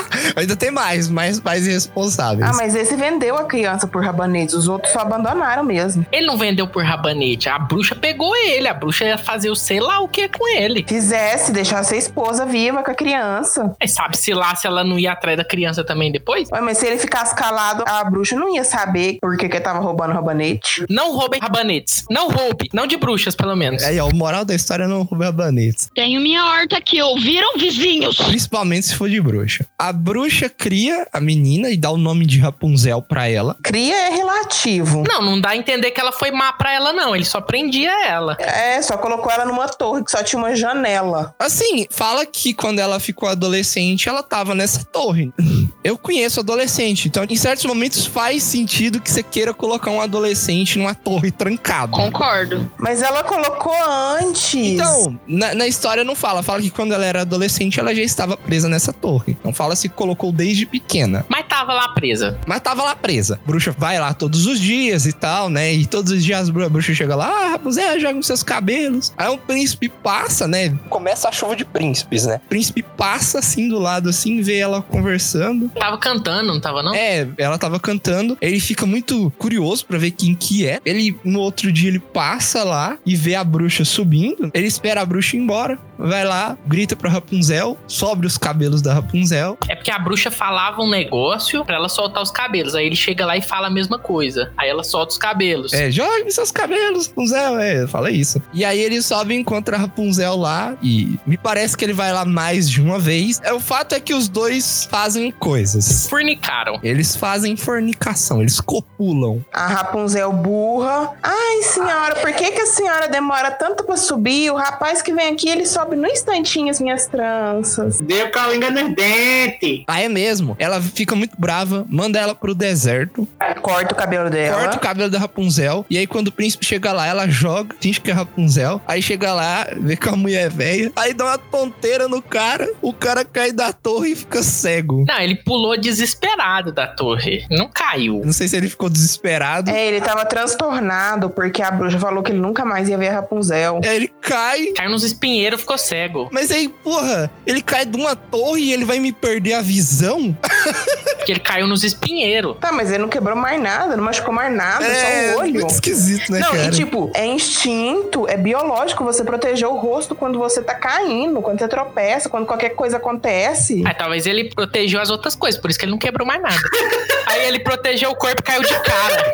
Ainda tem mais, mais pais irresponsáveis. Ah, mas esse vendeu a criança por rabanete, os outros só abandonaram mesmo. Ele não vendeu por rabanete, a bruxa pegou ele, a bruxa ia fazer o sei lá o que com ele. Fizesse, deixasse a esposa viva com a criança. Mas sabe-se lá se ela não ia atrás da criança também depois? Ué, mas se ele ficasse calado, a bruxa não ia saber por que que ele tava roubando rabanete. Não roubem rabanetes. Não roube. Não de bruxas, pelo menos. Aí, ó, o moral da história é não roube rabanetes. Tenho minha horta aqui, ouviram, vizinhos? Principalmente se for de bruxa. A bruxa cria a menina e dá o nome de Rapunzel pra ela. Cria é relativo. Não, não dá a entender que ela foi má pra ela, não. Ele só prendia ela. É, só colocou ela numa torre que só tinha uma janela. Assim, fala que quando ela ficou adolescente, ela tava nessa torre. Eu conheço adolescente, então em certos momentos faz sentido que você queira colocar um adolescente numa torre trancado. Concordo. Mas ela colocou antes. Então, na, na história não fala. Fala que quando ela era adolescente, ela já estava presa nessa torre. Não fala se colocou desde pequena. Mas tava lá presa. Mas tava lá presa. A bruxa vai lá todos os dias e tal, né? E todos os dias a bruxa chega lá, ah, Rapunzel, joga os seus cabelos. Aí um príncipe passa, né? Começa a chuva de príncipes, né? O príncipe passa assim do lado, assim, vê ela conversando. Tava cantando, não tava não? É, ela tava cantando. Ele fica muito curioso pra ver quem que é. Ele, no outro dia, ele passa lá e vê a bruxa subindo. Ele espera a bruxa ir embora. Vai lá, grita pra Rapunzel, sobe os cabelos da Rapunzel. É porque a bruxa falava um negócio pra ela soltar os cabelos. Aí ele chega lá e fala a mesma coisa. Aí ela solta os cabelos. É, jogue seus cabelos, Rapunzel. É, fala isso. E aí ele sobe e encontra a Rapunzel lá. E me parece que ele vai lá mais de uma vez. É, o fato é que os dois fazem coisas. Fornicaram. Eles fazem fornicação, eles copulam. A Rapunzel burra. Ai, senhora, por que que a senhora demora tanto pra subir? O rapaz que vem aqui, ele sobe no instantinho as minhas tranças. Deu calinga nos dentes. Ah, é mesmo? Ela fica muito brava, manda ela pro deserto. Corta o cabelo dela. Corta o cabelo da Rapunzel. E aí, quando o príncipe chega lá, ela joga, finge que é Rapunzel. Aí chega lá, vê que a mulher é velha. Aí dá uma tonteira no cara. O cara cai da torre e fica cego. Não, ele pulou desesperado da torre. Não caiu. Não sei se ele ficou desesperado. É, ele tava transtornado porque a bruxa falou que ele nunca mais ia ver a Rapunzel. Aí ele cai. Caiu nos espinheiros, ficou cego. Mas aí, porra, ele cai de uma torre e ele vai me perder a visão? Porque ele caiu nos espinheiros. Tá, mas ele não quebrou mais nada, não machucou mais nada, É, só o olho. muito esquisito, né, Não, cara? e tipo, é instinto, é biológico você proteger o rosto quando você tá caindo, quando você tropeça, quando qualquer coisa acontece. Aí talvez ele protegeu as outras coisas, por isso que ele não quebrou mais nada. Aí ele protegeu o corpo e caiu de cara.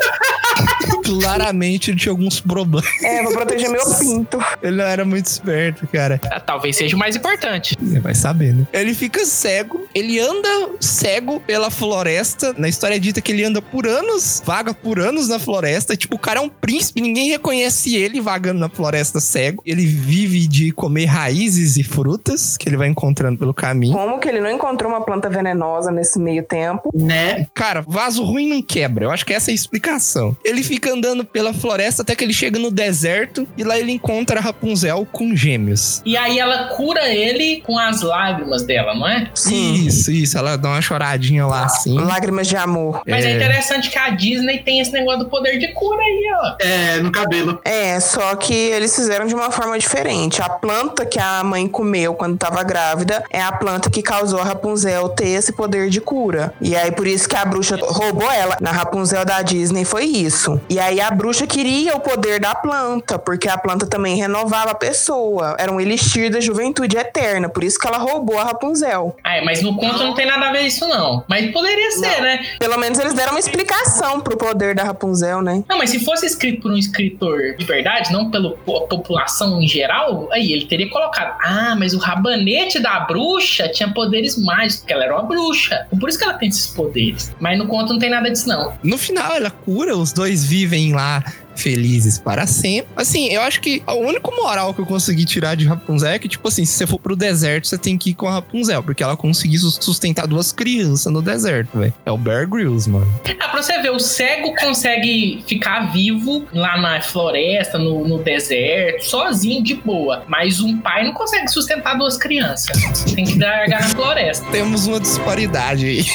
Claramente ele tinha alguns problemas. É, vou proteger meu pinto. Ele não era muito esperto, cara. Ah, talvez seja o mais importante. Você vai saber, né? Ele fica cego. Ele anda cego pela floresta. Na história é dita que ele anda por anos, vaga por anos na floresta. Tipo, o cara é um príncipe, ninguém reconhece ele vagando na floresta cego. Ele vive de comer raízes e frutas que ele vai encontrando pelo caminho. Como que ele não encontrou uma planta venenosa nesse meio tempo? Né? Cara, vaso ruim não quebra. Eu acho que essa é a explicação. Ele fica andando pela floresta até que ele chega no deserto e lá ele encontra a Rapunzel com gêmeos. E aí ela cura ele com as lágrimas dela, não é? Sim. Isso, isso. Ela dá uma choradinha lá assim. Lágrimas de amor. Mas é. É. é interessante que a Disney tem esse negócio do poder de cura aí, ó. É, no cabelo. É, só que eles fizeram de uma forma diferente. A planta que a mãe comeu quando tava grávida é a planta que causou a Rapunzel ter esse poder de cura. E aí, por isso que a bruxa roubou ela. Na Rapunzel da Disney foi isso. E aí, a bruxa queria o poder da planta, porque a planta também renovava a pessoa. Era um elixir da juventude eterna. Por isso que ela roubou a Rapunzel. Ah, mas no conto não tem nada a ver isso, não. Mas poderia ser, né? Pelo menos eles deram uma explicação pro poder da Rapunzel, né? Não, mas se fosse escrito por um escritor de verdade, não pela população em geral, aí ele teria colocado, ah, mas o rabanete da bruxa tinha poderes mágicos, porque ela era uma bruxa. Por isso que ela tem esses poderes. Mas no conto não tem nada disso, não. No final, ela cura, os dois vivem lá felizes para sempre. Assim, eu acho que o único moral que eu consegui tirar de Rapunzel é que, tipo assim, se você for pro deserto, você tem que ir com a Rapunzel, porque ela conseguiu sustentar duas crianças no deserto, velho. É o Bear Grylls, mano. Ah, pra você ver, o cego consegue ficar vivo lá na floresta, no, no deserto, sozinho, de boa. Mas um pai não consegue sustentar duas crianças. Tem que largar na floresta. Temos uma disparidade aí.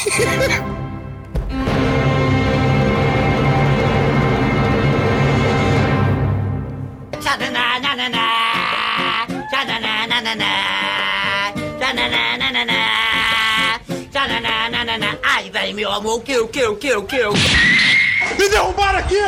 Ai, vai, meu amor, o que, o que, o que, o que, o que? Me derrubaram aqui!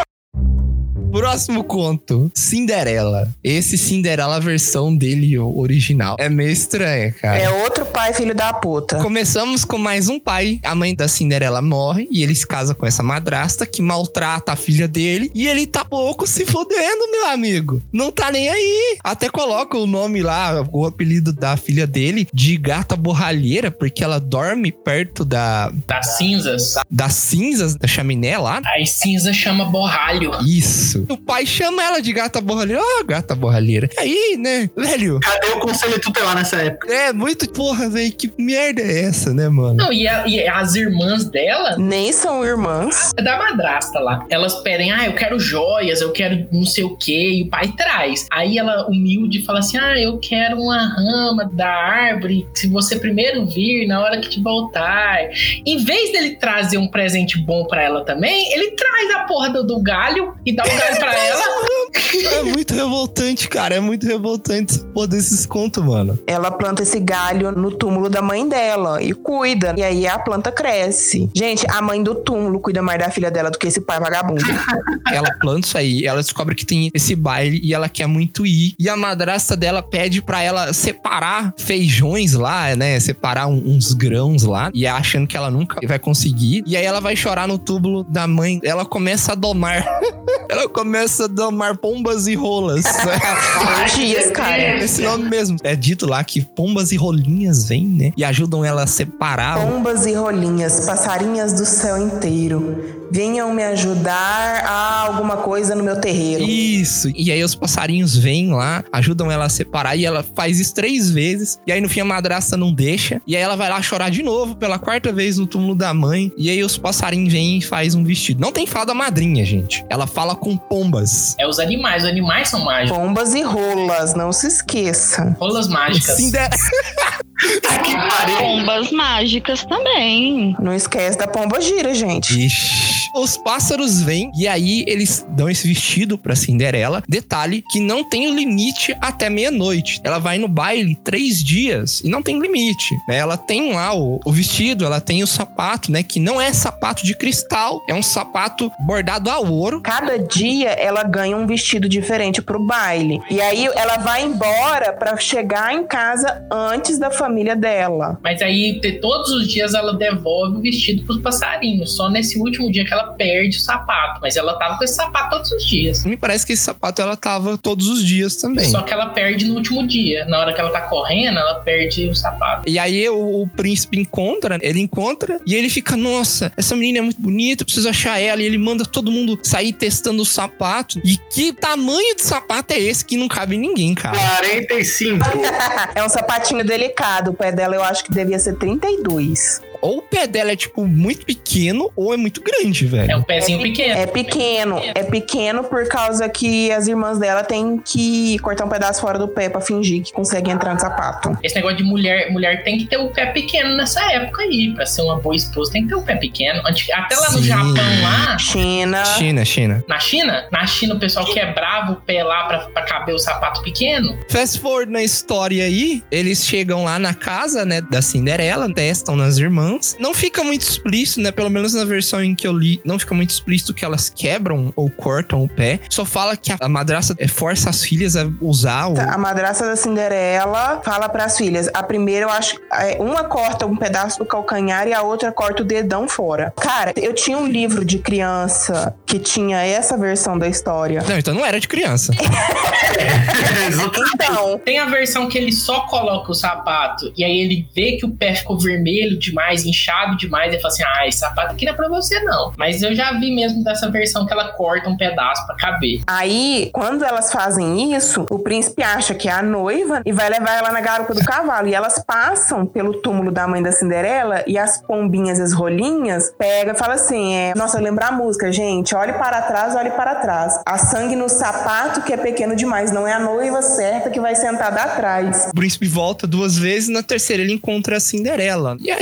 Próximo conto, Cinderela. Esse Cinderela, a versão dele original. É meio estranha, cara. É outro pai filho da puta. Começamos com mais um pai. A mãe da Cinderela morre e ele se casa com essa madrasta que maltrata a filha dele. E ele tá pouco se fodendo, meu amigo. Não tá nem aí. Até coloca o nome lá, o apelido da filha dele, de Gata Borralheira, porque ela dorme perto da... Das cinzas. Da, das cinzas da chaminé lá. Aí cinza chama borralho. Isso. O pai chama ela de Gata Borralheira. Ó, oh, Gata Borralheira. E aí, né, velho? Cadê o conselho tutelar nessa época? É, muito... Porra, velho, que merda é essa, né, mano? Não, e, a, e as irmãs dela... Nem são irmãs. É da madrasta lá. Elas pedem, ah, eu quero joias, eu quero não sei o quê, e o pai traz. Aí ela, humilde, fala assim, ah, eu quero uma rama da árvore, se você primeiro vir, na hora que te voltar. Em vez dele trazer um presente bom pra ela também, ele traz a porra do, do galho e dá o galho pra ela. É muito revoltante, cara. É muito revoltante pô, desses contos, mano. Ela planta esse galho no túmulo da mãe dela e cuida. E aí a planta cresce. Gente, a mãe do túmulo cuida mais da filha dela do que esse pai vagabundo. Ela planta isso aí, ela descobre que tem esse baile e ela quer muito ir. E a madrasta dela pede pra ela separar feijões lá, né? Separar um, uns grãos lá. E achando que ela nunca vai conseguir. E aí ela vai chorar no túmulo da mãe. Ela começa a domar. Ela começa a domar pombas e rolas. Orgias, cara. Esse nome mesmo. É dito lá que pombas e rolinhas vêm, né? E ajudam ela a separar. Pombas e rolinhas, passarinhas do céu inteiro, venham me ajudar a alguma coisa no meu terreiro. Isso. E aí os passarinhos vêm lá, ajudam ela a separar. E ela faz isso três vezes. E aí no fim a madrasta não deixa. E aí ela vai lá chorar de novo pela quarta vez no túmulo da mãe. E aí os passarinhos vêm e faz um vestido. Não tem fada madrinha, gente. Ela fala com pombas. É os animais. Os animais são mágicos. Pombas e rolas, não se esqueça. Rolas mágicas. Cinder... Pombas mágicas também. Não esquece da pomba gira, gente. Ixi. Os pássaros vêm e aí eles dão esse vestido pra Cinderela. Detalhe que não tem limite até meia-noite. Ela vai no baile três dias e não tem limite, né? Ela tem lá o, o vestido, ela tem o sapato, né? Que não é sapato de cristal, é um sapato bordado a ouro. Cada dia ela ganha um vestido diferente pro baile. E aí ela vai embora pra chegar em casa antes da família dela. Mas aí todos os dias ela devolve o vestido pros passarinhos. Só nesse último dia que ela perde o sapato. Mas ela tava com esse sapato todos os dias. Me parece que esse sapato ela tava todos os dias também. Só que ela perde no último dia. Na hora que ela tá correndo, ela perde o sapato. E aí o, o príncipe encontra, ele encontra e ele fica, nossa, essa menina é muito bonita, eu preciso achar ela. E ele manda todo mundo sair testando o sapato. E que tamanho de sapato é esse que não cabe em ninguém, cara? quarenta e cinco. É um sapatinho delicado. O pé dela eu acho que devia ser trinta e dois. Ou o pé dela é, tipo, muito pequeno ou é muito grande, velho. É um pezinho é, pequeno. É pequeno. É pequeno por causa que as irmãs dela têm que cortar um pedaço fora do pé pra fingir que consegue entrar no sapato. Esse negócio de mulher, mulher tem que ter o pé pequeno nessa época aí. Pra ser uma boa esposa tem que ter o pé pequeno. Até lá no Sim. Japão, lá... China. China, China. Na China? Na China o pessoal quebrava o pé lá pra, pra caber o sapato pequeno. Fast forward na história aí, eles chegam lá na casa, né, da Cinderela, testam nas irmãs. Não fica muito explícito, né, pelo menos na versão em que eu li, não fica muito explícito que elas quebram ou cortam o pé. Só fala que a madrasta força as filhas a usar o... A madrasta da Cinderela fala pras filhas. A primeira, eu acho, uma corta um pedaço do calcanhar e a outra corta o dedão fora. Cara, eu tinha um livro de criança que tinha essa versão da história. Não, então não era de criança. Então... Tem a versão que ele só coloca o sapato e aí ele vê que o pé ficou vermelho demais, inchado demais, e fala assim, ah, esse sapato aqui não é pra você não. Mas eu já vi mesmo dessa versão que ela corta um pedaço pra caber. Aí, quando elas fazem isso, o príncipe acha que é a noiva e vai levar ela na garupa do cavalo. E elas passam pelo túmulo da mãe da Cinderela e as pombinhas e as rolinhas pega e fala assim, é, nossa, lembra a música, gente, olhe para trás, olhe para trás. Há sangue no sapato que é pequeno demais, não é a noiva certa que vai sentada atrás. O príncipe volta duas vezes, na terceira ele encontra a Cinderela. E aí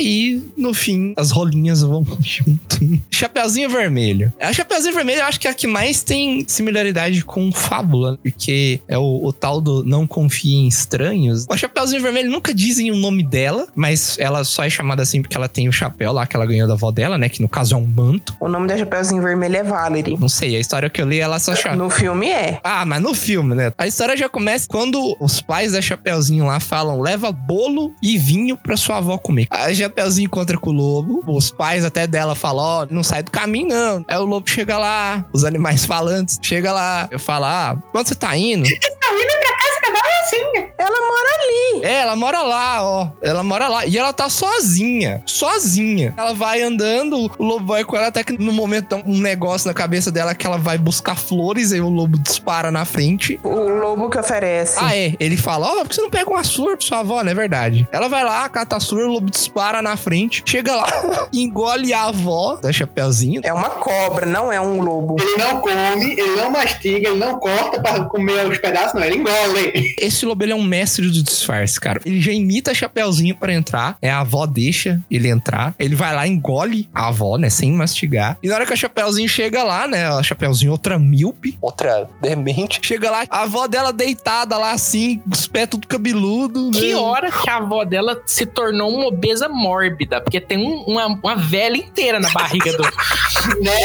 no fim, as rolinhas vão junto. Chapeuzinho Vermelho. A Chapeuzinho Vermelho eu acho que é a que mais tem similaridade com Fábula, porque é o, o tal do não confie em estranhos. A Chapeuzinho Vermelho nunca dizem o nome dela, mas ela só é chamada assim porque ela tem o chapéu lá que ela ganhou da avó dela, né? Que no caso é um manto. O nome da Chapeuzinho Vermelho é Valerie. Não sei, a história que eu li, ela só chama. No filme é. Ah, mas no filme, né? A história já começa quando os pais da Chapeuzinho lá falam, leva bolo e vinho pra sua avó comer. A Chapeuzinho encontra com o lobo, os pais até dela falam, ó, oh, não sai do caminho não. Aí o lobo chega lá, os animais falantes, chega lá, eu falo, ah, quando você tá indo? Você tá indo pra casa da Barracinha. Ela mora ali. É, ela mora lá, ó. Ela mora lá. E ela tá sozinha. Sozinha. Ela vai andando, o lobo vai com ela, até que no momento tem um negócio na cabeça dela que ela vai buscar flores, aí o lobo dispara na frente. O lobo que oferece. Ah, é. Ele fala, ó, oh, por que você não pega uma flor pra sua avó? Não é verdade. Ela vai lá, cata a flor, o lobo dispara na frente, chega lá, engole a avó da Chapeuzinho. É uma cobra, não é um lobo. Ele não come, ele não mastiga, ele não corta pra comer os pedaços, não. Ele engole. Esse lobo, ele é um mestre do disfarce, cara. Ele já imita a Chapeuzinho pra entrar. É, a avó deixa ele entrar. Ele vai lá, engole a avó, né? Sem mastigar. E na hora que a Chapeuzinho chega lá, né? A Chapeuzinho, outra míope, outra demente. Chega lá, a avó dela deitada lá, assim, os pés tudo cabeludo. Que né? hora que a avó dela se tornou uma obesa mórbida? Porque tem um, uma, uma velha inteira na barriga do... Né?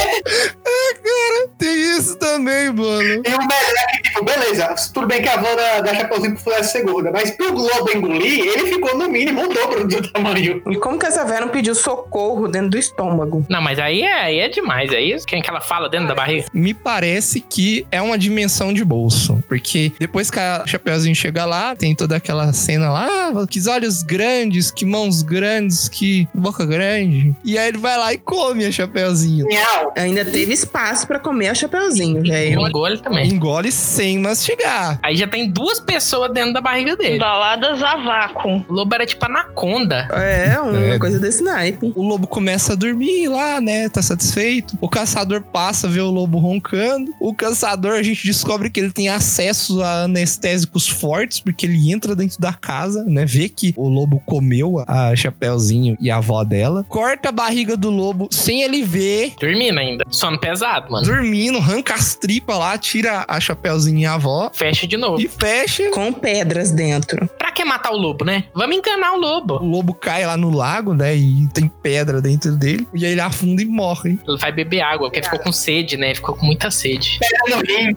É, cara, tem isso também, mano. E o melhor é que, tipo, beleza, tudo bem que a avó da, da Chapeuzinho pudesse ser gorda, mas pro lobo engolir, ele ficou no mínimo o dobro do tamanho. E como que essa velha não pediu socorro dentro do estômago? Não, mas aí é, aí é demais. Aí quem que ela fala dentro da barriga? Me parece que é uma dimensão de bolso. Porque depois que a Chapeuzinho chega lá, tem toda aquela cena lá, ah, que olhos grandes, que mãos grandes, que boca grande. E aí ele vai lá e come a Chapeuzinho. Miau. Ainda teve espaço pra comer a Chapeuzinho, velho. Engole também. Engole sem mastigar. Aí já tem duas pessoas dentro da barriga dele. Baladas a vácuo. O lobo era tipo anaconda. É, uma É. coisa desse naipe. O lobo começa a dormir lá, né? Tá satisfeito. O caçador passa, vê o lobo roncando. O caçador, a gente descobre que ele tem acesso a anestésicos fortes, porque ele entra dentro da casa, né? Vê que o lobo comeu a Chapeuzinho e a avó dela. Corta a barriga do lobo sem ele ver. Dormindo ainda. Sono pesado, mano. Dormindo, arranca as tripas lá, tira a Chapeuzinho e a avó. Fecha de novo. E fecha. Com pedras dentro. Pra que matar o lobo, né? Vamos enganar o O lobo. lobo cai lá no lago, né? E tem pedra dentro dele. E aí ele afunda e morre. Ele vai beber água, porque ficou com sede, né? Ficou com muita sede. Pega no rim.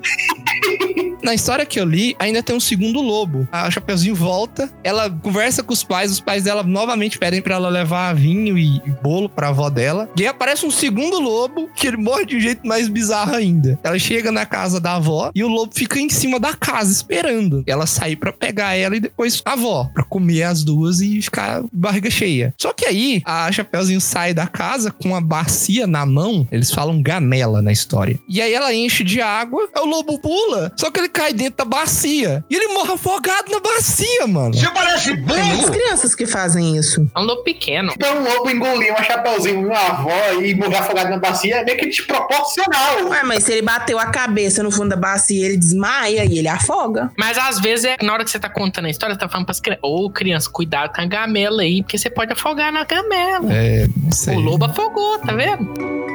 Na história que eu li, ainda tem um segundo lobo. A Chapeuzinho volta, ela conversa com os pais, os pais dela novamente pedem pra ela levar vinho e bolo pra avó dela. E aí aparece um segundo lobo, que ele morre de um jeito mais bizarro ainda. Ela chega na casa da avó e o lobo fica em cima da casa, esperando ela sair pra pegar ela e depois a avó, pra comer as duas e ficar barriga cheia. Só que aí, a Chapeuzinho sai da casa com uma bacia na mão, eles falam gamela na história. E aí ela enche de água, aí o lobo pula, só que ele cai dentro da bacia. E ele morre afogado na bacia, mano. Você parece Tem muitas burro! crianças que fazem isso. É um lobo pequeno. Então um lobo engolir uma Chapeuzinho e uma avó e morrer afogado na bacia é meio que desproporcional. Ué, mas se ele bateu a cabeça no fundo da bacia, ele desmaia e ele afoga. Mas às vezes, é, na hora que você tá contando a história, você tá falando pras crianças: ô, criança, cuidado com a gamela aí, porque você pode afogar na gamela. É, não sei. O lobo afogou, tá vendo?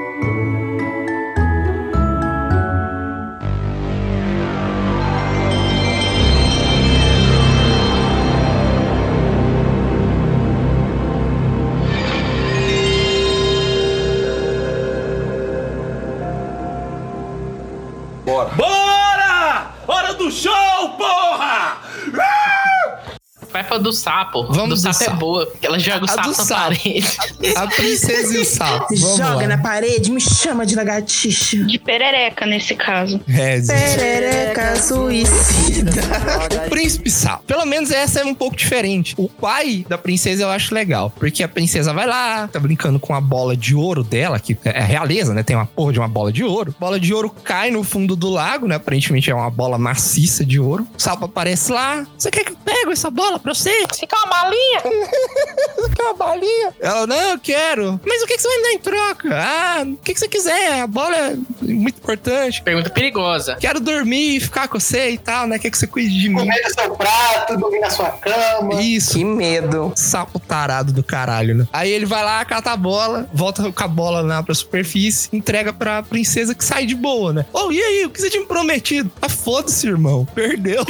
Bora! Hora do show, porra! Vai pra do sapo. Vamos do do sapo, sapo. é boa. Porque ela joga o A sapo do na sapo. parede. A princesa e o sapo. Vamos Joga lá. na parede, me chama de lagartixa. De perereca, nesse caso. É, Perereca suicida. O príncipe sapo. Pelo menos essa é um pouco diferente. O pai da princesa eu acho legal. Porque a princesa vai lá, tá brincando com a bola de ouro dela, que é realeza, né? Tem uma porra de uma bola de ouro. Bola de ouro cai no fundo do lago, né? Aparentemente é uma bola maciça de ouro. O sapo aparece lá. Você quer que eu pegue essa bola pra você? Você quer uma malinha? Você quer uma uma bolinha? Ela, não, eu quero. Mas o que, que você vai me dar em troca? Ah, o que, que você quiser. A bola é muito importante. Pergunta perigosa. Quero dormir e ficar com você e tal, né? Quer que você cuide de mim. Comer no seu prato, dormir na sua cama. Isso. Que medo. Sapo tarado do caralho, né? Aí ele vai lá, cata a bola, volta com a bola lá pra superfície, entrega pra princesa que sai de boa, né? Oh, e aí? O que você tinha me prometido? Ah, foda-se, irmão. Perdeu.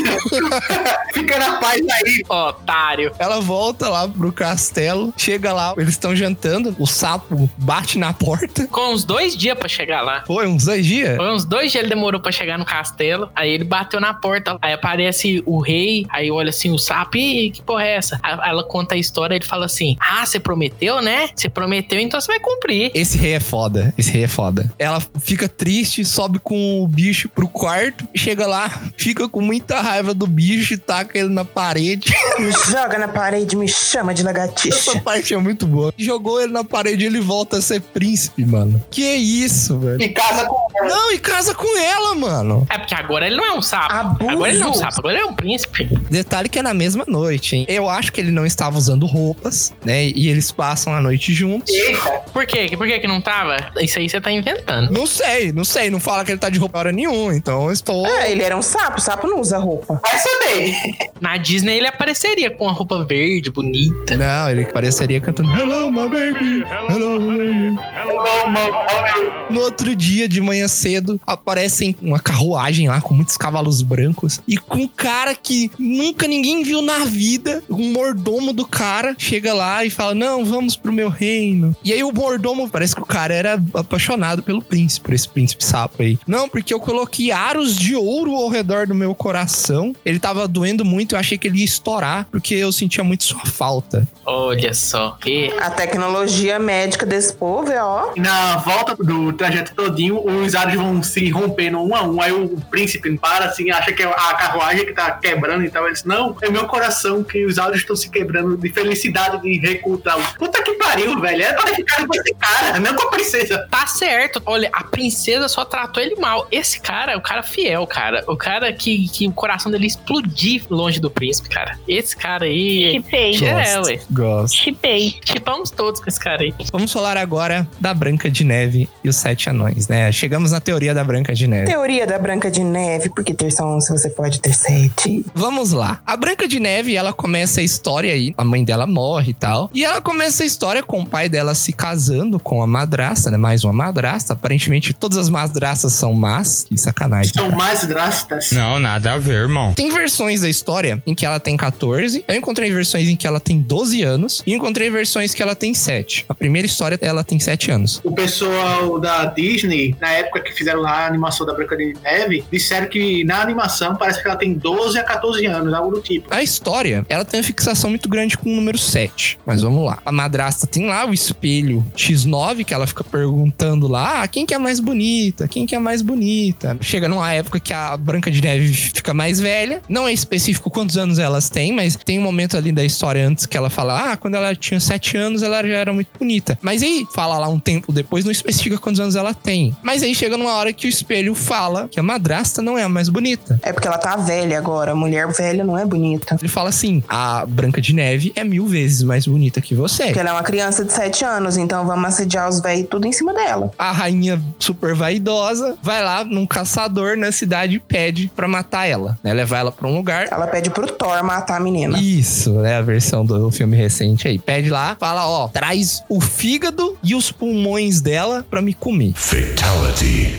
Fica na paz aí. Otário. Ela volta lá pro castelo, chega lá, eles estão jantando, o sapo bate na porta. Com uns dois dias pra chegar lá. Foi, uns dois dias? Foi uns dois dias ele demorou pra chegar no castelo. Aí ele bateu na porta. Aí aparece o rei. Aí olha assim o sapo. Ih, que porra é essa? Aí ela conta a história. Ele fala assim: ah, você prometeu, né? Você prometeu, então você vai cumprir. Esse rei é foda. Esse rei é foda. Ela fica triste, sobe com o bicho pro quarto. Chega lá, fica com muita raiva do bicho e taca ele na parede. Me joga na parede, me chama de lagartixa. Essa parte é muito boa. Jogou ele na parede e ele volta a ser príncipe, mano. Que isso, velho? E casa com ela. Não, e casa com ela, mano. É porque agora ele não é um sapo. Abuso. Agora ele não é um sapo, agora ele é um príncipe. Detalhe que é na mesma noite, hein? Eu acho que ele não estava usando roupas, né? E eles passam a noite juntos. Eita. Por quê? Por que que não tava? Isso aí você tá inventando. Não sei, não sei. Não fala que ele tá de roupa hora nenhuma. Então eu estou... É, ele era um sapo. Sapo não usa roupa. Vai saber. Na Disney ele apareceria com uma roupa verde, bonita. Não, ele pareceria cantando Hello, my baby. Hello, baby. Hello, my- No outro dia, de manhã cedo, aparecem uma carruagem lá com muitos cavalos brancos e com um cara que nunca ninguém viu na vida, um mordomo do cara, chega lá e fala, não, vamos pro meu reino. E aí o mordomo, parece que o cara era apaixonado pelo príncipe, por esse príncipe sapo aí. Não, porque eu coloquei aros de ouro ao redor do meu coração. Ele tava doendo muito, eu achei que ele ia estourar, porque eu sentia muito sua falta. Olha só. E... A tecnologia médica desse povo é, ó... Na volta do trajeto todinho, os aros vão se rompendo um a um. Aí o príncipe para assim, acha que é a carruagem que tá quebrando e tal. Ele diz, não, é meu coração que os aros estão se quebrando de felicidade de recrutar. Puta que pariu, velho. É pra ficar com esse cara, não com a princesa. Tá certo. Olha, a princesa só tratou ele mal. Esse cara é o cara fiel, cara. O cara que, que o coração dele explodir longe do príncipe, cara. Esse cara aí... Chipei. É, ué. Gosto. Chipei. Chipamos todos com esse cara aí. Vamos falar agora da Branca de Neve e os Sete Anões, né? Chegamos na teoria da Branca de Neve. Teoria da Branca de Neve, porque ter só um se você pode ter sete. Vamos lá. A Branca de Neve, ela começa a história aí, a mãe dela morre e tal, e ela começa a história com o pai dela se casando com a madrasta, né? Mais uma madrasta. Aparentemente, todas as madrastas são más. Que sacanagem. São mais drásticas. Não, nada a ver, irmão. Tem versões da história em que ela tem catorze, eu encontrei versões em que ela tem doze anos, e encontrei versões que ela tem sete. A primeira história, ela tem sete anos. O pessoal da Disney, na época que fizeram a animação da Branca de Neve, disseram que na animação parece que ela tem doze a catorze anos, algo do tipo. A história, ela tem uma fixação muito grande com o número sete. Mas vamos lá. A madrasta tem lá o espelho xis nove, que ela fica perguntando lá, ah, quem que é mais bonita? Quem que é mais bonita? Chega numa época que a Branca de Neve fica mais velha. Não é específico quantos anos elas têm, mas tem um momento ali da história antes que ela fala, ah, quando ela tinha sete anos, ela já era muito bonita. Mas aí, fala lá um tempo depois, não especifica quantos anos ela tem. Mas aí chega numa hora que o espelho fala que a madrasta não é a mais bonita. É porque ela tá velha agora. A mulher velha não é bonita. Ele fala assim, a Branca de Neve é mil vezes mais bonita que você. Porque ela é uma criança de sete anos, então vamos assediar os velhos tudo em cima dela. A rainha super vaidosa vai lá num caçador na cidade e pede pra matar ela, né? Levar ela pra um lugar. Ela pede pro Thor matar a menina. Isso, né? A versão do filme recente aí. Pede lá, fala, ó, traz o fígado e os pulmões dela pra me comer. Fatality.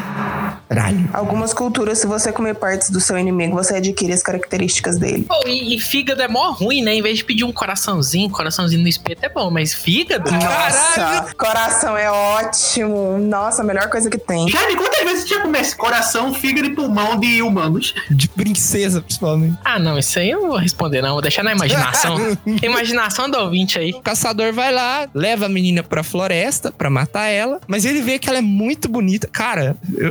Caralho. Algumas culturas, se você comer partes do seu inimigo, você adquire as características dele. Pô, e, e fígado é mó ruim, né? Em vez de pedir um coraçãozinho, coraçãozinho no espeto é bom, mas fígado? Nossa, coração é ótimo. Nossa, a melhor coisa que tem. Jaime, quantas vezes você já comeu esse coração, fígado e pulmão de humanos? De princesa, principalmente. Ah, não, isso aí eu não vou responder, não. Vou deixar na imaginação. Imaginação do ouvinte aí. O caçador vai lá, leva a menina pra floresta pra matar ela, mas ele vê que ela é muito bonita. Cara, eu, eu fico imaginando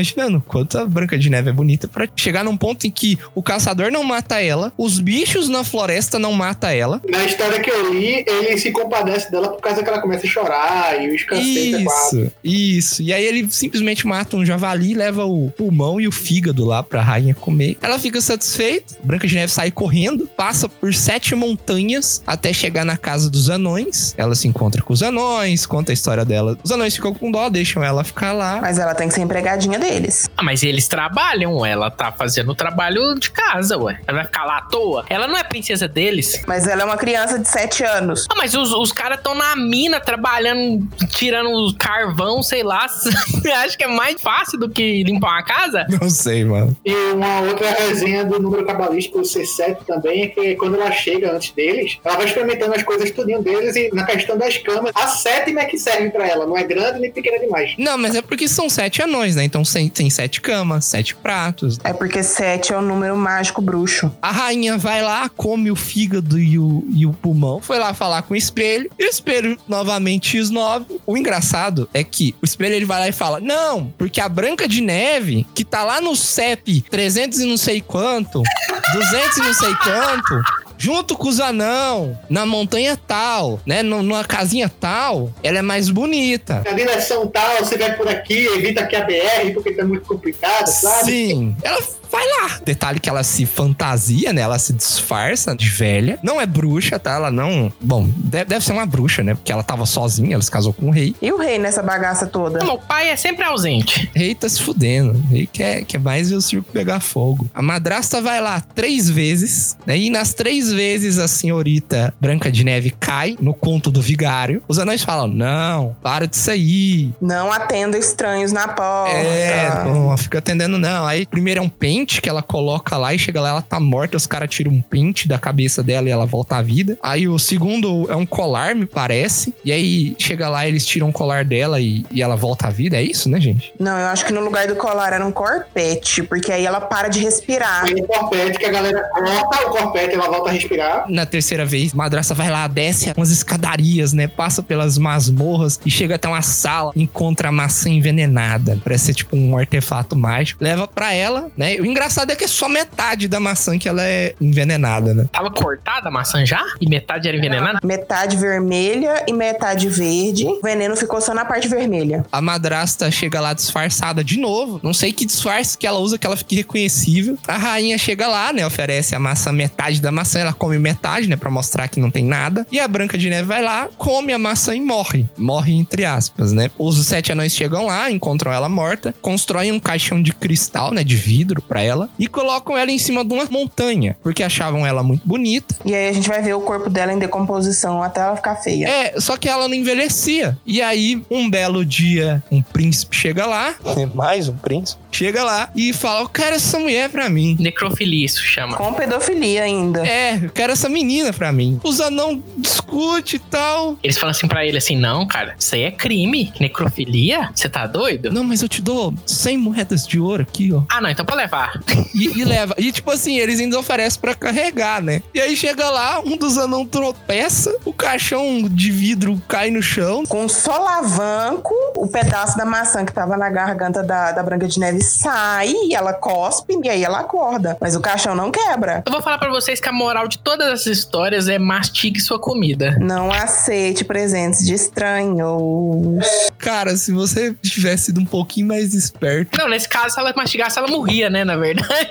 imaginando quanto a Branca de Neve é bonita pra chegar num ponto em que o caçador não mata ela, os bichos na floresta não matam ela. Na história que eu li, ele se compadece dela por causa que ela começa a chorar e o escanseio. Isso, isso. E aí ele simplesmente mata um javali, leva o pulmão e o fígado lá pra rainha comer. Ela fica satisfeita, Branca de Neve sai correndo, passa por sete montanhas até chegar na casa dos anões. Ela se encontra com os anões, conta a história dela. Os anões ficam com dó, deixam ela ficar lá. Mas ela tem que ser empregadinha deles. Ah, mas eles trabalham, ela tá fazendo o trabalho de casa, ué. Ela vai ficar lá à toa. Ela não é princesa deles. Mas ela é uma criança de sete anos. Ah, mas os, os caras estão na mina trabalhando, tirando carvão, sei lá. Você acha que é mais fácil do que limpar uma casa? Não sei, mano. E uma outra resenha do número cabalístico, o C sete também, é que quando ela chega antes deles, ela vai experimentando as coisas tudinho deles e na questão das camas, a sétima é que serve pra ela. Não é grande nem pequena demais. Não, mas é porque são sete anões, né? Então tem sete camas, sete pratos. É porque sete é o número mágico bruxo. A rainha vai lá, come o fígado e o, e o pulmão. Foi lá falar com o espelho. E o espelho, novamente, X nove. O engraçado é que o espelho, ele vai lá e fala, não, porque a Branca de Neve, que tá lá no C E P trezentos e não sei quanto, duzentos e não sei quanto, junto com os anão, na montanha tal, né, numa casinha tal, ela é mais bonita. Na direção tal, você vai por aqui, evita aqui a B R, porque tá muito complicado, sabe? Sim, ela vai lá. Detalhe que ela se fantasia, né, ela se disfarça de velha. Não é bruxa, tá, ela não... Bom, deve, deve ser uma bruxa, né, porque ela tava sozinha, ela se casou com o rei. E o rei nessa bagaça toda? Não, o pai é sempre ausente. O rei tá se fudendo, o rei quer, quer mais ver o circo pegar fogo. A madrasta vai lá três vezes, né, e nas três vezes a senhorita Branca de Neve cai no conto do vigário. Os anões falam, não, para disso aí. Não atenda estranhos na porta. É, não fica atendendo não. Aí primeiro é um pente que ela coloca lá e chega lá, ela tá morta, os caras tiram um pente da cabeça dela e ela volta à vida. Aí o segundo é um colar, me parece. E aí chega lá, eles tiram o colar dela e, e ela volta à vida. É isso, né, gente? Não, eu acho que no lugar do colar era um corpete, porque aí ela para de respirar. É um corpete que a galera corta o corpete, ela volta a respirar. Na terceira vez, a madrasta vai lá, desce umas escadarias, né? Passa pelas masmorras e chega até uma sala, encontra a maçã envenenada. Parece ser tipo um artefato mágico. Leva pra ela, né? O engraçado é que é só metade da maçã que ela é envenenada, né? Tava cortada a maçã já? E metade era envenenada? Metade vermelha e metade verde. O veneno ficou só na parte vermelha. A madrasta chega lá disfarçada de novo. Não sei que disfarce que ela usa que ela fique reconhecível. A rainha chega lá, né? Oferece a maçã, metade da maçã. Ela come metade, né? Pra mostrar que não tem nada. E a Branca de Neve vai lá, come a maçã e morre. Morre entre aspas, né? Os sete anões chegam lá, encontram ela morta. Constroem um caixão de cristal, né? De vidro pra ela. E colocam ela em cima de uma montanha. Porque achavam ela muito bonita. E aí a gente vai ver o corpo dela em decomposição até ela ficar feia. É, só que ela não envelhecia. E aí, um belo dia, um príncipe chega lá. Mais um príncipe. Chega lá e fala, eu quero essa mulher pra mim. Necrofilia, isso chama. Com pedofilia ainda. É, eu quero essa menina pra mim. Os anão discute e tal. Eles falam assim pra ele assim, não, cara, isso aí é crime. Necrofilia? Você tá doido? Não, mas eu te dou cem moedas de ouro aqui, ó. Ah, não, então pode levar. E, e leva. E tipo assim, eles ainda oferecem pra carregar, né? E aí chega lá, um dos anão tropeça, o caixão de vidro cai no chão. Com um solavanco, o pedaço da maçã que tava na garganta da, da Branca de Neve sai, e ela cospe, e aí ela acorda. Mas o caixão não quebra. Eu vou falar pra vocês que a moral de todas essas histórias é mastigue sua comida. Não aceite presentes de estranhos. Cara, se você tivesse sido um pouquinho mais esperto... Não, nesse caso, se ela mastigasse, ela morria, né, na verdade.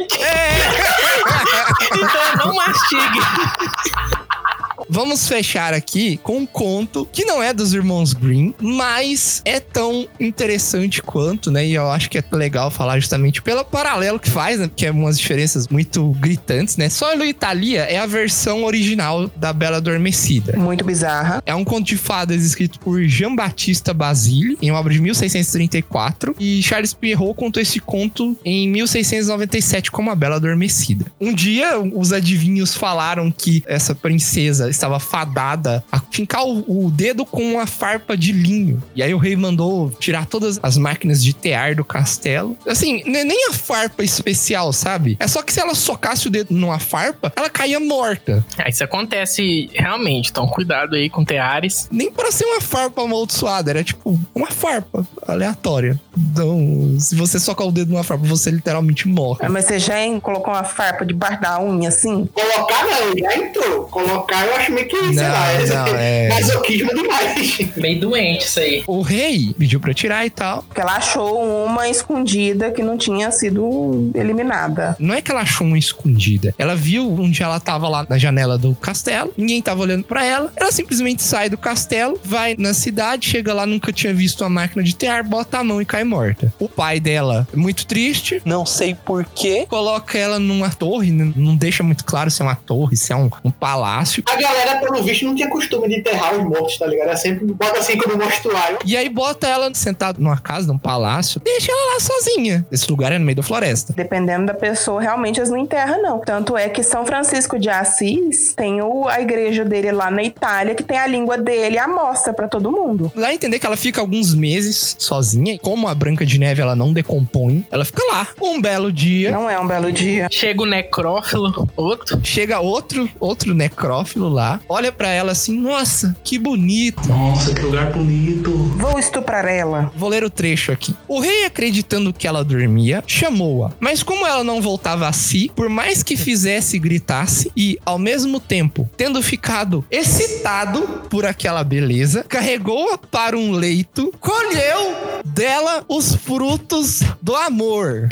É. Então, não mastigue. Vamos fechar aqui com um conto que não é dos irmãos Grimm, mas é tão interessante quanto, né? E eu acho que é legal falar justamente pelo paralelo que faz, né? Porque é umas diferenças muito gritantes, né? Só Solo Italia é a versão original da Bela Adormecida. Muito bizarra. É um conto de fadas escrito por Jean Baptiste Basile, em uma obra de mil seiscentos e trinta e quatro. E Charles Perrault contou esse conto em mil seiscentos e noventa e sete como a Bela Adormecida. Um dia, os adivinhos falaram que essa princesa estava fadada a fincar o, o dedo com uma farpa de linho. E aí o rei mandou tirar todas as máquinas de tear do castelo. Assim, nem a farpa especial, sabe? É só que se ela socasse o dedo numa farpa, ela caía morta. Ah, isso acontece realmente, então cuidado aí com teares. Nem para ser uma farpa amaldiçoada, era tipo uma farpa aleatória. Então, se você socar o dedo numa farpa, você literalmente morre. Ah, mas você já colocou uma farpa debaixo da unha, assim? Colocar não, já entrou. Colocar eu acho meio que, sei Não, lá, não, é... masoquismo demais. Meio doente isso aí. O rei pediu pra tirar e tal. Porque ela achou uma escondida que não tinha sido eliminada. Não é que ela achou uma escondida. Ela viu onde ela tava lá na janela do castelo. Ninguém tava olhando pra ela. Ela simplesmente sai do castelo, vai na cidade, chega lá, nunca tinha visto uma máquina de tear, bota a mão e cai morta. O pai dela, muito triste, não sei porquê, coloca ela numa torre, não deixa muito claro se é uma torre, se é um, um palácio. A galera, pelo visto, não tinha costume de enterrar os mortos, tá ligado? É sempre bota assim como mostruário. E aí bota ela sentada numa casa, num palácio, deixa ela lá sozinha. Esse lugar é no meio da floresta. Dependendo da pessoa, realmente eles não enterram, não. Tanto é que São Francisco de Assis tem o, a igreja dele lá na Itália, que tem a língua dele à mostra pra todo mundo. Lá entender que ela fica alguns meses sozinha, como a Branca de Neve ela não decompõe, ela fica lá. Um belo dia. Não é um belo dia. Chega o necrófilo, outro. Chega outro, outro necrófilo lá, olha pra ela assim, nossa, que bonito. Nossa, que lugar bonito. Vou estuprar ela. Vou ler o trecho aqui. O rei, acreditando que ela dormia, chamou-a. Mas como ela não voltava a si, por mais que fizesse e gritasse, e, ao mesmo tempo, tendo ficado excitado por aquela beleza, carregou-a para um leito, colheu dela os frutos do amor.